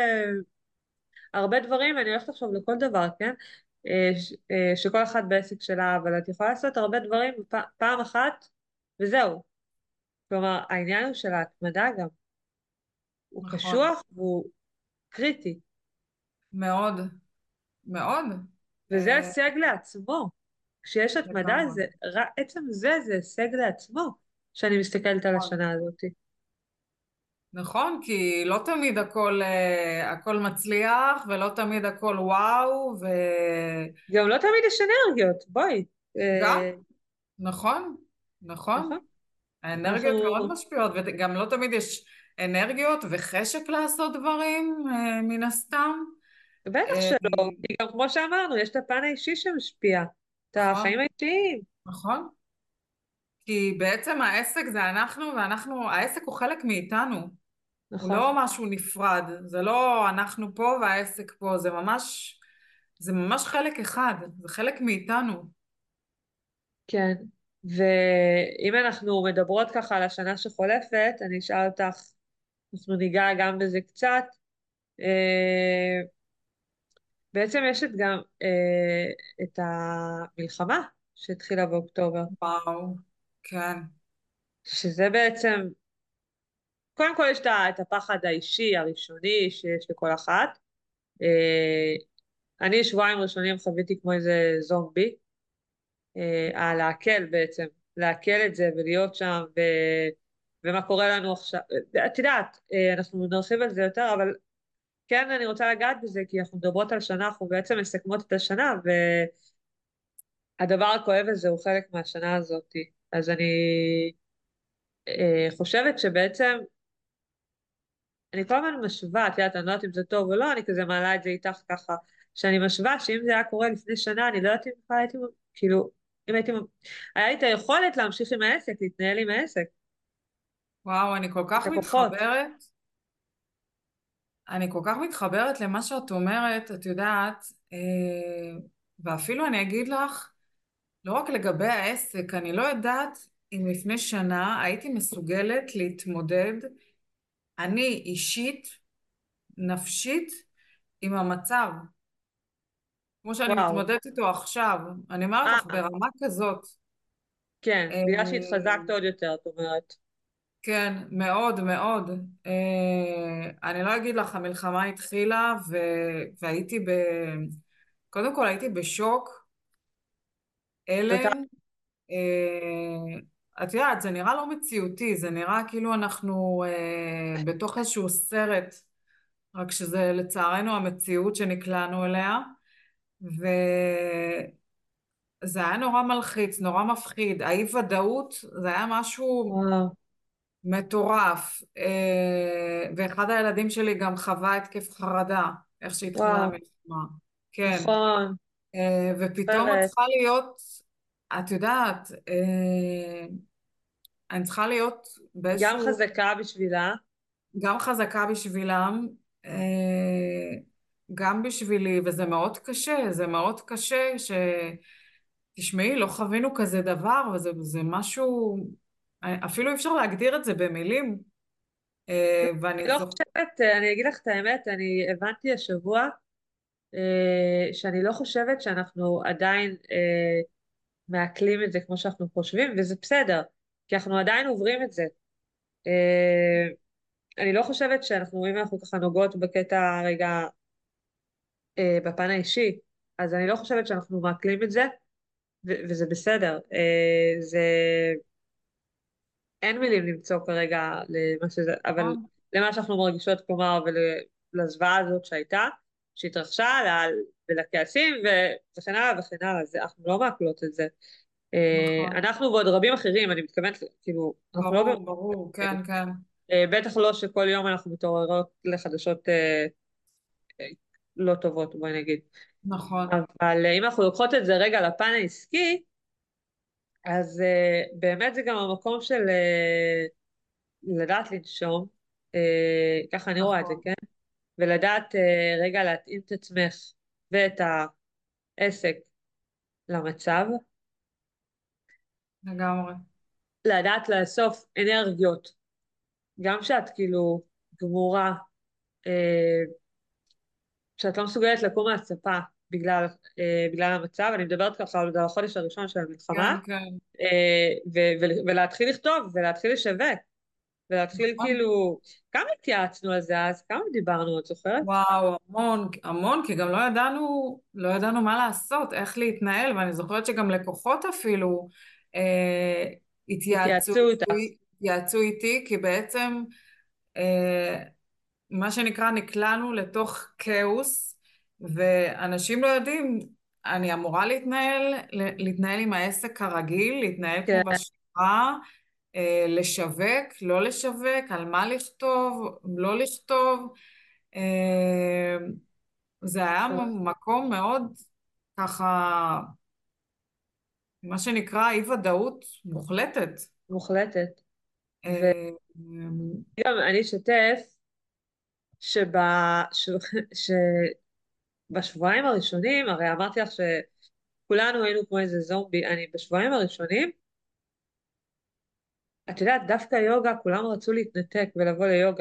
Speaker 2: הרבה דברים, אני הולכת עכשיו לכל דבר, כן? שכל אחת בעסק שלה, אבל את יכולה לעשות הרבה דברים פעם אחת, וזהו. כלומר, העניין הוא של ההתמדה גם, הוא
Speaker 1: נכון,
Speaker 2: קשוח והוא קריטי,
Speaker 1: מאוד, מאוד,
Speaker 2: וזה הישג לעצמו. כשיש התמדה,
Speaker 1: לגמרי,
Speaker 2: עצם זה הישג לעצמו, שאני מסתכלת על
Speaker 1: נכון,
Speaker 2: השנה הזאת.
Speaker 1: נכון, כי לא תמיד הכל מצליח, ולא תמיד הכל וואו,
Speaker 2: גם לא תמיד יש אנרגיות, בואי.
Speaker 1: גם,
Speaker 2: אה,
Speaker 1: נכון, נכון.
Speaker 2: נכון? אנחנו,
Speaker 1: האנרגיות מאוד משפיעות, וגם לא תמיד יש אנרגיות וחשק לעשות דברים, מן הסתם.
Speaker 2: בטח
Speaker 1: אה,
Speaker 2: שלא, כי גם כמו שאמרנו, יש את הפן האישי שמשפיע, את החיים
Speaker 1: נכון,
Speaker 2: האישיים,
Speaker 1: נכון. כי בעצם העסק זה אנחנו, העסק הוא חלק מאיתנו. הוא
Speaker 2: נכון?
Speaker 1: לא משהו נפרד. זה לא אנחנו פה והעסק פה, זה ממש חלק אחד. זה חלק מאיתנו.
Speaker 2: כן. ואם אנחנו מדברות ככה על השנה שחולפת, אני אשאל אותך, אנחנו ניגע גם בזה קצת. אה, בעצם יש את המלחמה שהתחילה באוקטובר,
Speaker 1: וואו, כן,
Speaker 2: שזה בעצם, קודם כל יש את הפחד האישי הראשוני שיש לכל אחת. אה, אני שבועיים ראשונים חוויתי כמו איזה זומבי, לעכל בעצם, לעכל את זה ולהיות שם, ומה קורה לנו עכשיו. את יודעת, אנחנו נרחיב על זה יותר, אבל כן אני רוצה לגעת בזה, כי אנחנו מדברות על שנה, אנחנו בעצם מסכמות את השנה, והדבר הכואב הזה הוא חלק מהשנה הזאת. אז אני חושבת שבעצם, אני כל הזמן משווה, את יודעת, אני לא יודעת אם זה טוב או לא, אני כזה מעלה את זה איתך ככה, שאני משווה שאם זה היה קורה לפני שנה, אני לא יודעת אם בכלל הייתי, כאילו, אם הייתי, היה לי את היכולת להמשיך עם העסק, להתנהל עם העסק,
Speaker 1: וואו, אני כל
Speaker 2: את
Speaker 1: כך
Speaker 2: הכוחות.
Speaker 1: מתחברת. אני כל כך מתחברת למה שאת אומרת, את יודעת, ואפילו אני אגיד לך, לא רק לגבי העסק, אני לא יודעת אם לפני שנה הייתי מסוגלת להתמודד, אני אישית, נפשית, עם המצב, כמו שאני
Speaker 2: וואו.
Speaker 1: מתמודדת איתו עכשיו. אני אומרת לך,
Speaker 2: אה,
Speaker 1: ברמה כזאת.
Speaker 2: כן, בגלל
Speaker 1: אה,
Speaker 2: שהתחזקת עוד יותר, את אומרת.
Speaker 1: כן, מאוד מאוד. אני לא אגיד לך, המלחמה התחילה והייתי קודם כל הייתי בשוק,
Speaker 2: אותה,
Speaker 1: הלם. את יודעת, זה נראה לא מציאותי, זה נראה כאילו אנחנו בתוך איזשהו סרט, רק שזה לצערנו המציאות שנקלענו אליה, וזה היה נורא מלחיץ, נורא מפחיד. האי-ודאות זה היה משהו
Speaker 2: וואו,
Speaker 1: מטורף. ואחד הילדים שלי גם חווה התקף חרדה, איך שהתחילה
Speaker 2: וואו,
Speaker 1: המלחמה. כן.
Speaker 2: נכון,
Speaker 1: ופתאום את
Speaker 2: זוכרת.
Speaker 1: צריכה להיות, את יודעת, אני צריכה להיות
Speaker 2: גם
Speaker 1: באיזשהו,
Speaker 2: חזקה בשבילה,
Speaker 1: גם חזקה בשבילם, גם בשבילי, וזה מאוד קשה, זה מאוד קשה תשמעי, לא חווינו כזה דבר, וזה משהו, אפילו אי אפשר להגדיר את זה במילים. ואני
Speaker 2: אני לא
Speaker 1: זוכרת,
Speaker 2: חושבת, אני אגיד לך את האמת, אני הבנתי השבוע שאני לא חושבת שאנחנו עדיין מעכלים את זה כמו שאנחנו חושבים, וזה בסדר, כי אנחנו עדיין עוברים את זה. אה, אני לא חושבת שאנחנו, אם אנחנו ככה נוגעות בקטע רגע, בפן האישי, אז אני לא חושבת שאנחנו מעכלים את זה, וזה בסדר. אין מילים למצוא כרגע למה שזה, אבל למה שאנחנו מרגישות, כלומר, ולזוועה הזאת שהייתה, שהתרחשה, ולכעסים, וכן הלאה וכן הלאה, אנחנו לא מעכלות את זה.
Speaker 1: נכון,
Speaker 2: אנחנו ועוד רבים אחרים, אני מתכוונת, כאילו, אנחנו לא,
Speaker 1: ברור, ברור, כן, כן,
Speaker 2: בטח לא שכל יום אנחנו מתעוררות לחדשות אה, לא טובות, בואי נגיד.
Speaker 1: נכון,
Speaker 2: אבל אם אנחנו לוקחות את זה רגע לפן העסקי, אז באמת זה גם המקום של לדעת לנשום, ככה אני רואה את זה,
Speaker 1: נכון,
Speaker 2: כן? ולדעת רגע להתאים את עצמך ואת העסק למצב,
Speaker 1: לגמרי.
Speaker 2: לדעת לאסוף אנרגיות, גם כשאת כאילו גמורה, אה, כשאת לא מסוגלת לקום מהספה בגלל המצב, אני מדברת ככה על החודש הראשון של המלחמה,
Speaker 1: כן, כן,
Speaker 2: ולהתחיל לכתוב ולהתחיל לשווק, ולהתחיל
Speaker 1: נכון.
Speaker 2: כאילו, כמה התייעצנו על זה אז, כמה דיברנו, את זוכרת?
Speaker 1: וואו, המון, המון, כי גם לא ידענו מה לעשות, איך להתנהל, ואני זוכרת שגם לקוחות אפילו אה,
Speaker 2: התייעצו איתך,
Speaker 1: התייעצו איתי, כי בעצם אה, מה שנקרא נקלענו לתוך כאוס, ואנשים לא יודעים, אני אמורה להתנהל עם העסק כרגיל, להתנהל
Speaker 2: כן,
Speaker 1: כמו בשגרה, לשווק, לא לשווק, על מה לכתוב, לא לכתוב. אה, זה היה מקום מאוד ככה, מה שנקרא אי ודאות מוחלטת.
Speaker 2: מוחלטת. וגם
Speaker 1: אה,
Speaker 2: אני אשתף שב... ש... שבשבועיים הראשונים, הרי אמרתי לך שכולנו היינו כמו איזה זומבי, אני בשבועיים הראשונים, את יודעת, דווקא יוגה, כולם רצו להתנתק ולבוא ליוגה.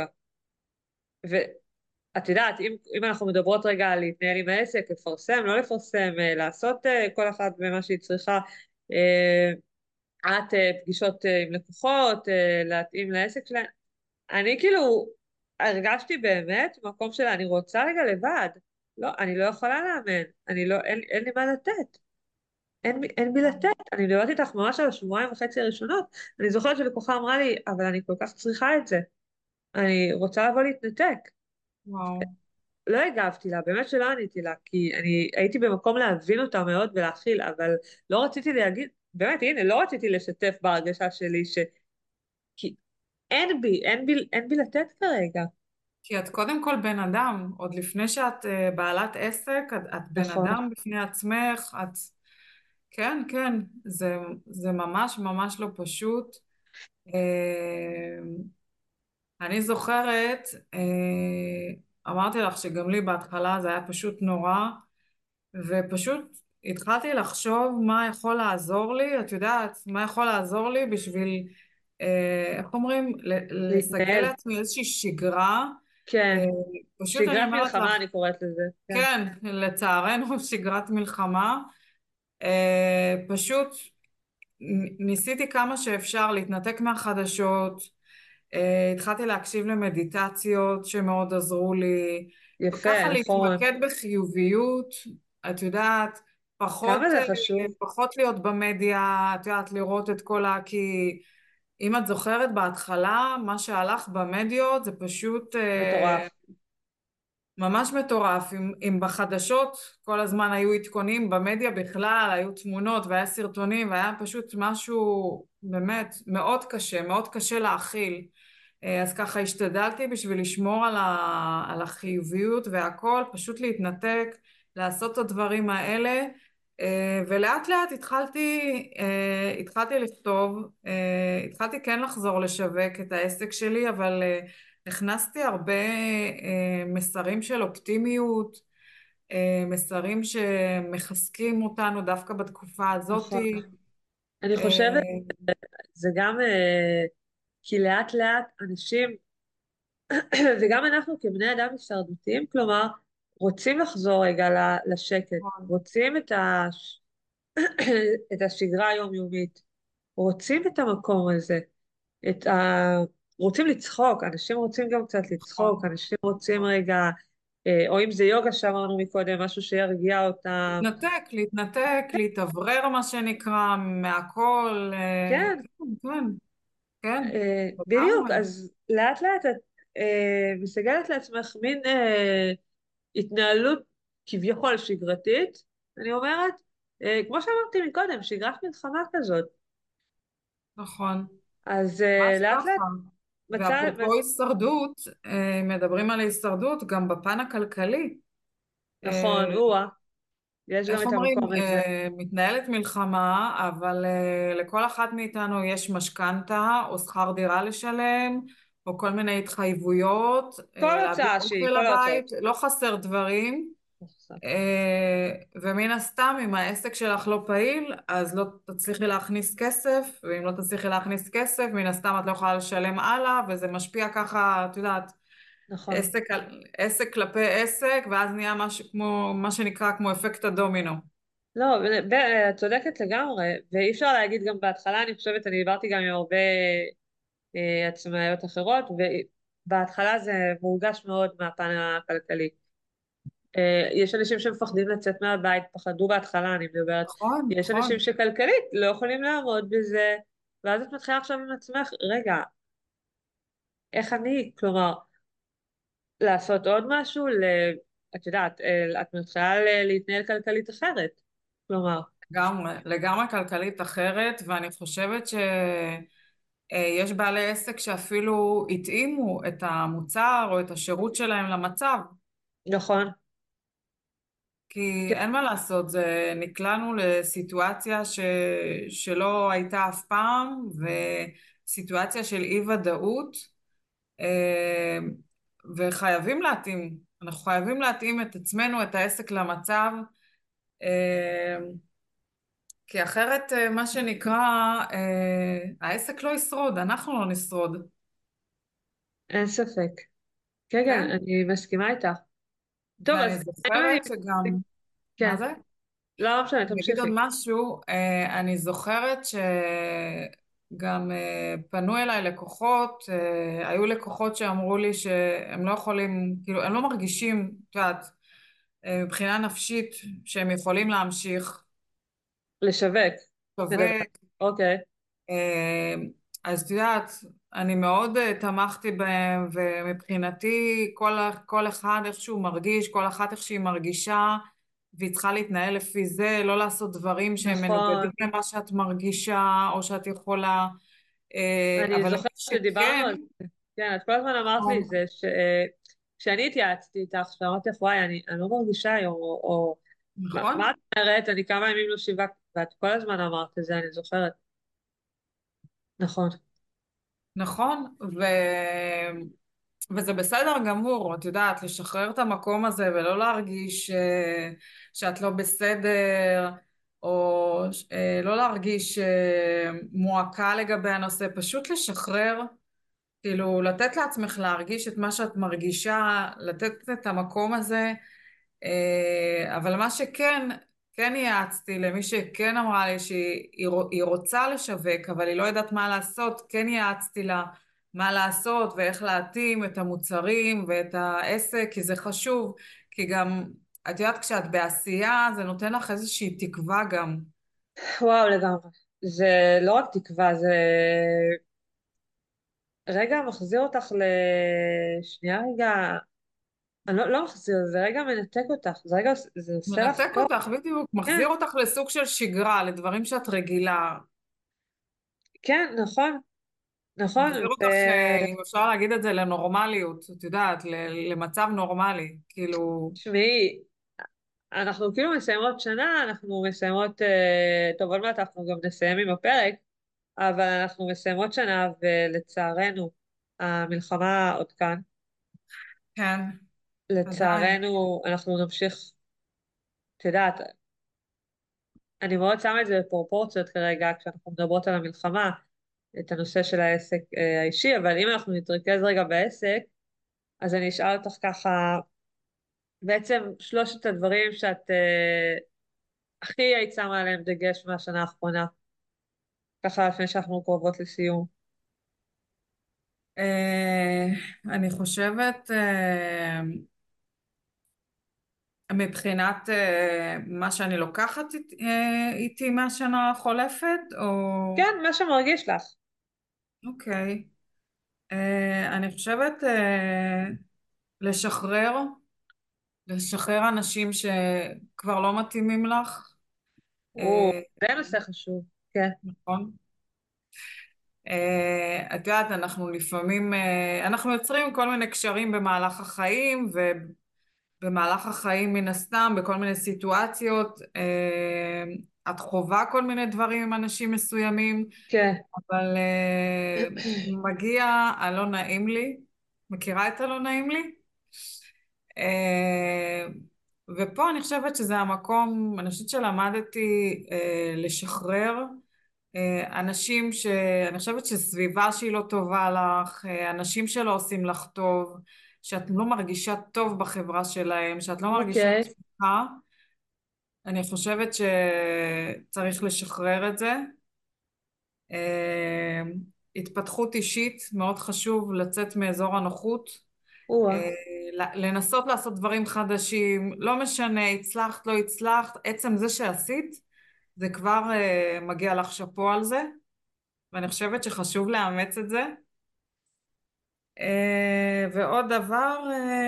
Speaker 2: ואת יודעת, אם אנחנו מדברות רגע על להתנהל עם העסק, לפרסם, לא לפרסם, לעשות כל אחת במה שהיא צריכה, אה, את פגישות עם לקוחות, להתאים לעסק שלהם, אני כאילו הרגשתי באמת מקום של אני רוצה רגע לבד. לא, אני לא יכולה לאמן. אני לא, אין לי מה לתת. אין בי לתת. אני מדברת איתך ממש על השבועיים וחצי הראשונות. אני זוכרת שלקוחה אמרה לי, אבל אני כל כך צריכה את זה. אני רוצה לבוא להתנתק.
Speaker 1: וואו,
Speaker 2: לא הגבתי לה, באמת שלא עניתי לה, כי אני הייתי במקום להבין אותה מאוד ולהכיל, אבל לא רציתי להגיד, באמת, הנה, לא רציתי לשתף בהרגשה שלי כי אין בי לתת כרגע.
Speaker 1: כי את קודם כל בן אדם, עוד לפני שאת בעלת עסק, את בן
Speaker 2: נכון,
Speaker 1: אדם בפני עצמך, כן, כן, זה ממש ממש לא פשוט. אה, אני זוכרת, אמרתי לך שגם לי בהתחלה זה היה פשוט נורא, ופשוט התחלתי לחשוב מה יכול לעזור לי, את יודעת, מה יכול לעזור לי בשביל, איך אומרים, לסגל
Speaker 2: להתנהל.
Speaker 1: לעצמי איזושהי שגרה.
Speaker 2: כן,
Speaker 1: אה, פשוט אני
Speaker 2: שגרת
Speaker 1: אומרת
Speaker 2: מלחמה
Speaker 1: לך,
Speaker 2: אני קוראת לזה. כן,
Speaker 1: כן, לצערנו שגרת מלחמה. פשוט ניסיתי כמה שאפשר להתנתק מהחדשות, התחלתי להקשיב למדיטציות שמאוד עזרו לי,
Speaker 2: יפה,
Speaker 1: וככה
Speaker 2: נכון.
Speaker 1: להתמקד בחיוביות, את יודעת,
Speaker 2: כמה
Speaker 1: פחות,
Speaker 2: זה חשוב?
Speaker 1: פחות להיות במדיה, את יודעת, לראות את כל כי אם את זוכרת בהתחלה, מה שהלך במדיות זה פשוט
Speaker 2: מטורף.
Speaker 1: ממש מטורף. אם בחדשות כל הזמן היו עדכונים, במדיה בכלל היו תמונות והיה סרטונים והיה פשוט משהו באמת מאוד קשה, מאוד קשה להכיל. אז ככה השתדלתי בשביל לשמור על החיוביות והכל, פשוט להתנתק, לעשות את הדברים האלה, ולאט לאט התחלתי לכתוב, התחלתי כן לחזור לשווק את העסק שלי, אבל הכנסתי הרבה מסרים של אופטימיות, מסרים שמחזקים אותנו דווקא בתקופה
Speaker 2: נכון.
Speaker 1: הזאתי.
Speaker 2: אני חושבת,
Speaker 1: אה,
Speaker 2: זה גם כי לאט לאט אנשים, וגם אנחנו כבני אדם הישרדותיים, כלומר, רוצים לחזור רגע לשקט, רוצים את השגרה היומיומית, רוצים את המקום הזה, את ה... רוצים לצחוק, אנשים רוצים גם קצת לצחוק,
Speaker 1: נכון.
Speaker 2: אנשים רוצים רגע, או אם זה יוגה שאמרנו מקודם, משהו שירגיע אותם.
Speaker 1: להתנתק, להתאוורר מה שנקרא, מהכל,
Speaker 2: כן,
Speaker 1: כן, כן, כן,
Speaker 2: בדיוק,
Speaker 1: לגמרי.
Speaker 2: אז לאט לאט את מסגלת לעצמך מין התנהלות כביכול שגרתית, אני אומרת, כמו שאמרתי מקודם, שגרת מלחמה כזאת.
Speaker 1: נכון,
Speaker 2: אז
Speaker 1: ממש
Speaker 2: לאט לאט
Speaker 1: ככה.
Speaker 2: מצא,
Speaker 1: ואפרופו הישרדות, מדברים על הישרדות גם בפן הכלכלי.
Speaker 2: נכון,
Speaker 1: אה,
Speaker 2: יש גם
Speaker 1: איך
Speaker 2: את
Speaker 1: אומרים,
Speaker 2: המקום הזה.
Speaker 1: מתנהלת מלחמה, אבל לכל אחת מאיתנו יש משכנתה או שכר דירה לשלם, או כל מיני התחייבויות,
Speaker 2: כל
Speaker 1: להביא
Speaker 2: הוצאה שהיא,
Speaker 1: אוכל
Speaker 2: כל ההוצאות.
Speaker 1: לבית, לא חסר דברים. ומן הסתם, אם העסק שלך לא פעיל, אז לא תצליחי להכניס כסף, ואם לא תצליחי להכניס כסף, מן הסתם את לא יכולה לשלם הלאה, וזה משפיע ככה, את יודעת,
Speaker 2: נכון.
Speaker 1: עסק כלפי עסק, ואז נהיה משהו כמו, מה שנקרא כמו אפקט הדומינו.
Speaker 2: לא, את צודקת לגמרי, ואי אפשר להגיד גם בהתחלה, אני חושבת, אני דיברתי גם עם הרבה עצמאיות אחרות, ובהתחלה זה מורגש מאוד מהפן הכלכלי. יש אנשים שמפחדים לצאת מהבית, פחדו בהתחלה, אני מדברת.
Speaker 1: נכון,
Speaker 2: יש אנשים
Speaker 1: נכון.
Speaker 2: שכלכלית לא יכולים לעמוד בזה, ואז את מתחילה עכשיו עם עצמך, רגע, איך אני, כלומר, לעשות עוד משהו, את יודעת, את מתחילה להתנהל כלכלית אחרת, כלומר,
Speaker 1: לגמרי, לגמרי כלכלית אחרת, ואני חושבת שיש בעלי עסק שאפילו התאימו את המוצר או את השירות שלהם למצב.
Speaker 2: נכון,
Speaker 1: כי
Speaker 2: כן,
Speaker 1: אין מה לעשות, נקלענו לסיטואציה שלא הייתה אף פעם, וסיטואציה של אי-ודאות, אה, וחייבים להתאים, אנחנו חייבים להתאים את עצמנו, את העסק למצב, אה, כי אחרת, מה שנקרא, העסק לא ישרוד, אנחנו לא נשרוד,
Speaker 2: אין ספק. כן, כן,
Speaker 1: כן?
Speaker 2: אני מסכימה איתך. טוב,
Speaker 1: ואני
Speaker 2: אז האם אני...
Speaker 1: זוכרת שגם,
Speaker 2: כן,
Speaker 1: מה זה?
Speaker 2: לא משנה,
Speaker 1: אני אגיד עוד
Speaker 2: תמשיכי.
Speaker 1: משהו, אני זוכרת שגם פנו אליי לקוחות, היו לקוחות שאמרו לי שהם לא יכולים, כאילו הם לא מרגישים, את יודעת, מבחינה נפשית שהם יכולים להמשיך
Speaker 2: לשווק, נדבר.
Speaker 1: לשווק,
Speaker 2: אוקיי,
Speaker 1: אה, אז את יודעת, אני מאוד תמכתי בהם, ומבחינתי כל אחד איך שהוא מרגיש, כל אחת איך שהיא מרגישה, והיא צריכה להתנהל לפי זה, לא לעשות דברים שהם
Speaker 2: נכון,
Speaker 1: מנוגדים למה שאת מרגישה או שאת יכולה.
Speaker 2: אני
Speaker 1: אבל למי
Speaker 2: זוכרת שדיברנו
Speaker 1: שכן,
Speaker 2: על זה, כן, את כל הזמן אמרת לי את זה, כשאני התייעצתי איתך, שאמרתי לך, וואי, אני לא מרגישה היום, או מה
Speaker 1: נכון,
Speaker 2: את אומרת, אני כמה ימים לא שיבה, ואת כל הזמן אמרת את זה, אני זוכרת. נכון.
Speaker 1: נכון, וזה בסדר גמור, את יודעת, לשחרר את המקום הזה ולא להרגיש שאת לא בסדר, או לא להרגיש מועקה לגבי הנושא, פשוט לשחרר, כאילו לתת לעצמך להרגיש את מה שאת מרגישה, לתת את המקום הזה, אבל מה שכן, כן ייעצתי למי שכן אמרה לי שהיא רוצה לשווק, אבל היא לא יודעת מה לעשות, כן ייעצתי לה מה לעשות ואיך להתאים את המוצרים ואת העסק, כי זה חשוב, כי גם, את יודעת, כשאת בעשייה, זה נותן לך איזושהי תקווה גם.
Speaker 2: וואו, לגמרי. זה לא רק תקווה, זה רגע מחזיר אותך שנייה רגע, אני לא מחזיר, זה רגע מנתק אותך, זה רגע, זה עושה לך
Speaker 1: מנתק
Speaker 2: טוב.
Speaker 1: אותך, בדיוק,
Speaker 2: כן,
Speaker 1: מחזיר אותך לסוג של שגרה, לדברים שאת רגילה.
Speaker 2: כן, נכון, נכון,
Speaker 1: מחזיר אותך, אם אפשר להגיד את זה, לנורמליות, את יודעת, למצב נורמלי, כאילו,
Speaker 2: ותשמעי, אנחנו כאילו מסיימות שנה, אנחנו מסיימות, טוב, עוד מעט אנחנו גם נסיים עם הפרק, אבל אנחנו מסיימות שנה, ולצערנו, המלחמה עוד כאן.
Speaker 1: כן, עדיין.
Speaker 2: לצערנו, אנחנו נמשיך, את יודעת, אני מאוד שמה את זה בפרופורציות כרגע, כשאנחנו מדברות על המלחמה, את הנושא של העסק האישי, אבל אם אנחנו נתרכז רגע בעסק, אז אני אשאל אותך ככה, בעצם שלושת הדברים שאת הכי היית שמה עליהם דגש מהשנה האחרונה, ככה לפני שאנחנו קרובות לסיום.
Speaker 1: אה, אני חושבת, מבחינת מה שאני לוקחת איתי מהשנה החולפת, או...
Speaker 2: כן, מה שמרגיש לך.
Speaker 1: אוקיי. אני חושבת לשחרר, לשחרר אנשים שכבר לא מתאימים לך.
Speaker 2: או,
Speaker 1: אה,
Speaker 2: זה נושא חשוב. כן,
Speaker 1: נכון. את יודעת, אנחנו לפעמים, אנחנו יוצרים כל מיני קשרים במהלך החיים, ובמהלך החיים מן הסתם, בכל מיני סיטואציות, את חווה כל מיני דברים עם אנשים מסוימים,
Speaker 2: כן,
Speaker 1: אבל מגיע הלא נעים לי, מכירה את הלא נעים לי? אה, ופה אני חושבת שזה המקום, אני חושבת שלמדתי לשחרר אנשים אני חושבת שסביבה שהיא לא טובה לך, אנשים שלא עושים לך טוב, שאת לא מרגישה טוב בחברה שלהם, שאת לא מרגישה
Speaker 2: אוקיי.
Speaker 1: בטוחה, אני חושבת שצריך לשחרר את זה. אה, התפתחות אישית, מאוד חשוב לצאת מאזור הנוחות,
Speaker 2: או,
Speaker 1: אה, לנסות לעשות דברים חדשים, לא משנה, הצלחת, לא הצלחת, עצם זה שעשית, זה כבר מגיע לך שאפו על זה. ואני חושבת שחשוב לאמץ את זה. ועוד דבר,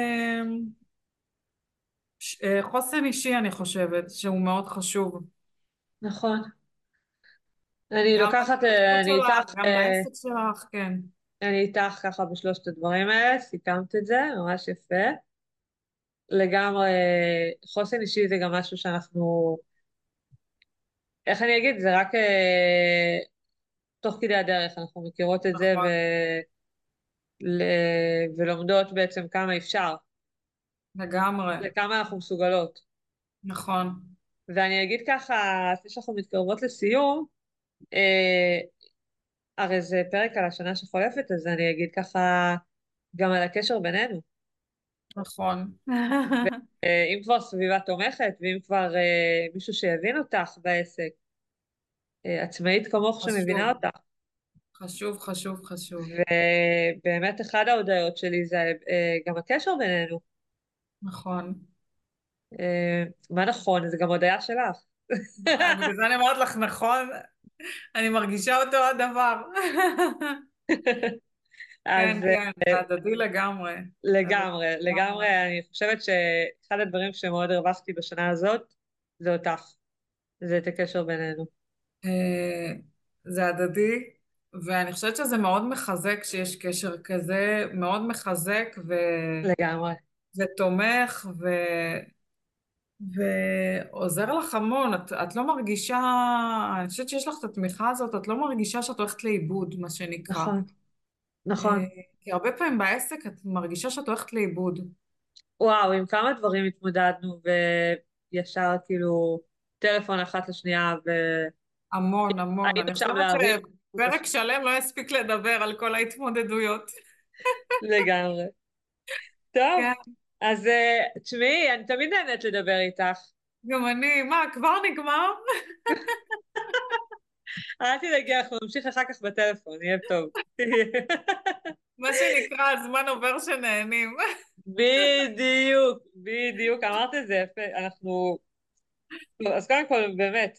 Speaker 1: חוסן אישי אני חושבת שהוא מאוד חשוב.
Speaker 2: נכון. אני
Speaker 1: גם
Speaker 2: לוקחת,
Speaker 1: בהתפתחות
Speaker 2: אני
Speaker 1: שלך,
Speaker 2: איתך,
Speaker 1: גם בעסק שלך, כן.
Speaker 2: אני איתך ככה בשלושת הדברים האלה, סיכמת את זה, ממש יפה. לגמרי, חוסן אישי זה גם משהו שאנחנו, איך אני אגיד, זה רק תוך כדי הדרך, אנחנו מכירות את זה
Speaker 1: נכון,
Speaker 2: ל... ולומדות בעצם כמה אפשר,
Speaker 1: לגמרי,
Speaker 2: לכמה אנחנו מסוגלות.
Speaker 1: נכון,
Speaker 2: ואני אגיד ככה, לפני שאנחנו מתקרבות לסיום, אה, הרי זה פרק על השנה שחולפת, אז אני אגיד ככה גם על הקשר בינינו.
Speaker 1: נכון.
Speaker 2: אם כבר סביבה תומכת, ואם כבר מישהו שיבין אותך בעסק, עצמאית כמוך שמבינה
Speaker 1: חשוב,
Speaker 2: אותך.
Speaker 1: חשוב, חשוב, חשוב.
Speaker 2: ובאמת אחד ההודעות שלי זה גם הקשר בינינו.
Speaker 1: נכון.
Speaker 2: מה נכון? זה גם הודיה שלך.
Speaker 1: בגלל זה אני אומרת לך, נכון, אני מרגישה אותו הדבר. כן,
Speaker 2: אז
Speaker 1: כן, זה הדדי לגמרי. הדדי
Speaker 2: לגמרי,
Speaker 1: לגמרי.
Speaker 2: לגמרי, אני חושבת שאחד הדברים שמאוד הרווחתי בשנה הזאת, זה אותך, זה את הקשר בינינו.
Speaker 1: אה, זה הדדי. ואני חושבת שזה מאוד מחזק שיש קשר כזה, מאוד מחזק
Speaker 2: לגמרי.
Speaker 1: ותומך ועוזר לך המון. את לא מרגישה, אני חושבת שיש לך את התמיכה הזאת, את לא מרגישה שאת הולכת לאיבוד, מה שנקרא.
Speaker 2: נכון,
Speaker 1: אה,
Speaker 2: נכון.
Speaker 1: כי הרבה פעמים בעסק את מרגישה שאת הולכת לאיבוד.
Speaker 2: וואו, עם כמה דברים התמודדנו, וישר כאילו טלפון אחת לשנייה,
Speaker 1: המון, המון.
Speaker 2: והיינו
Speaker 1: אני
Speaker 2: שם
Speaker 1: חושבת
Speaker 2: להרים
Speaker 1: שפרק שלם לא יספיק לדבר על כל ההתמודדויות.
Speaker 2: לגמרי. טוב,
Speaker 1: כן,
Speaker 2: אז תשמעי, אני תמיד נהנית לדבר איתך.
Speaker 1: גם אני. מה, כבר נגמר?
Speaker 2: אל תדאגי, אנחנו נמשיך אחר כך בטלפון, יהיה טוב.
Speaker 1: מה שנקרא, הזמן עובר שנהנים.
Speaker 2: בדיוק, בדיוק, אמרת את זה יפה. טוב, אז קודם כל, באמת,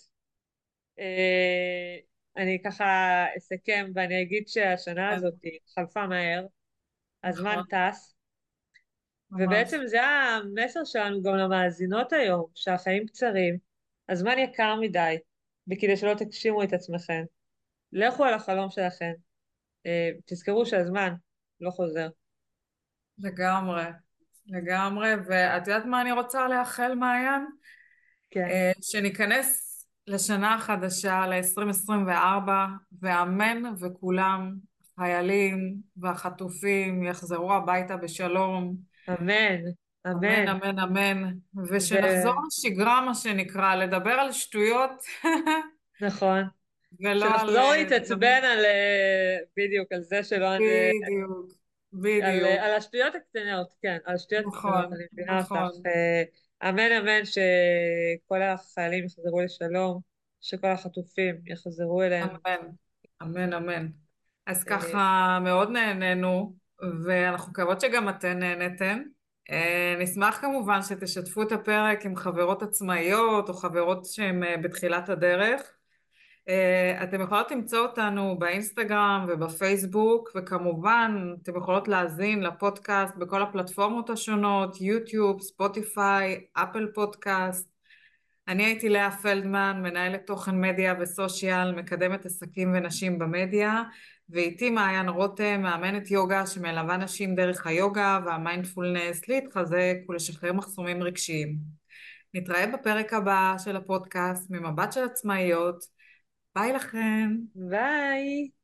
Speaker 2: אני ככה אסכם ואני אגיד שהשנה
Speaker 1: כן,
Speaker 2: הזאת חלפה מהר, הזמן
Speaker 1: נכון,
Speaker 2: טס,
Speaker 1: ממש.
Speaker 2: ובעצם זה המסר שלנו גם למאזינות היום, שהחיים קצרים, הזמן יקר מדי, וכדי שלא תגשימו את עצמכם. לכו על החלום שלכם, תזכרו שהזמן לא חוזר.
Speaker 1: לגמרי, לגמרי. ואת יודעת מה אני רוצה לאחל, מעיין?
Speaker 2: כן,
Speaker 1: שניכנס לשנה החדשה, ל-2024, ואמן וכולם, החיילים והחטופים, יחזרו הביתה בשלום.
Speaker 2: אמן,
Speaker 1: אמן,
Speaker 2: אמן.
Speaker 1: אמן, אמן. ושנחזור לשגרה, מה שנקרא, לדבר על שטויות,
Speaker 2: ונכון,
Speaker 1: ולא על
Speaker 2: שנחזור
Speaker 1: דברים.
Speaker 2: להתעצבן על, בדיוק, על זה שלא,
Speaker 1: בדיוק, בדיוק.
Speaker 2: על השטויות הקטנות, כן, על השטויות הקטנות,
Speaker 1: נכון,
Speaker 2: אני מבינה אותך.
Speaker 1: נכון.
Speaker 2: אמן אמן שכל החיילים יחזרו לשלום, שכל החטופים יחזרו אליהם.
Speaker 1: אמן, אמן, אמן. אז
Speaker 2: אה,
Speaker 1: ככה מאוד נהנינו, ואנחנו מקוות שגם אתן נהנתן. נשמח כמובן שתשתפו את הפרק עם חברות עצמאיות או חברות שהן בתחילת הדרך. אתם יכולות למצוא אותנו באינסטגרם ובפייסבוק, וכמובן אתם יכולות להאזין לפודקאסט בכל הפלטפורמות השונות, יוטיוב, ספוטיפיי, אפל פודקאסט. אני הייתי לאה פלדמן, מנהלת תוכן מדיה וסושיאל, מקדמת עסקים ונשים במדיה, ואיתי מעיין רותם, מאמנת יוגה שמלווה נשים דרך היוגה והמיינדפולנס להתחזק ולשחרר מחסומים רגשיים. נתראה בפרק הבא של הפודקאסט ממבט של עצמאיות. ביי לכם.
Speaker 2: ביי.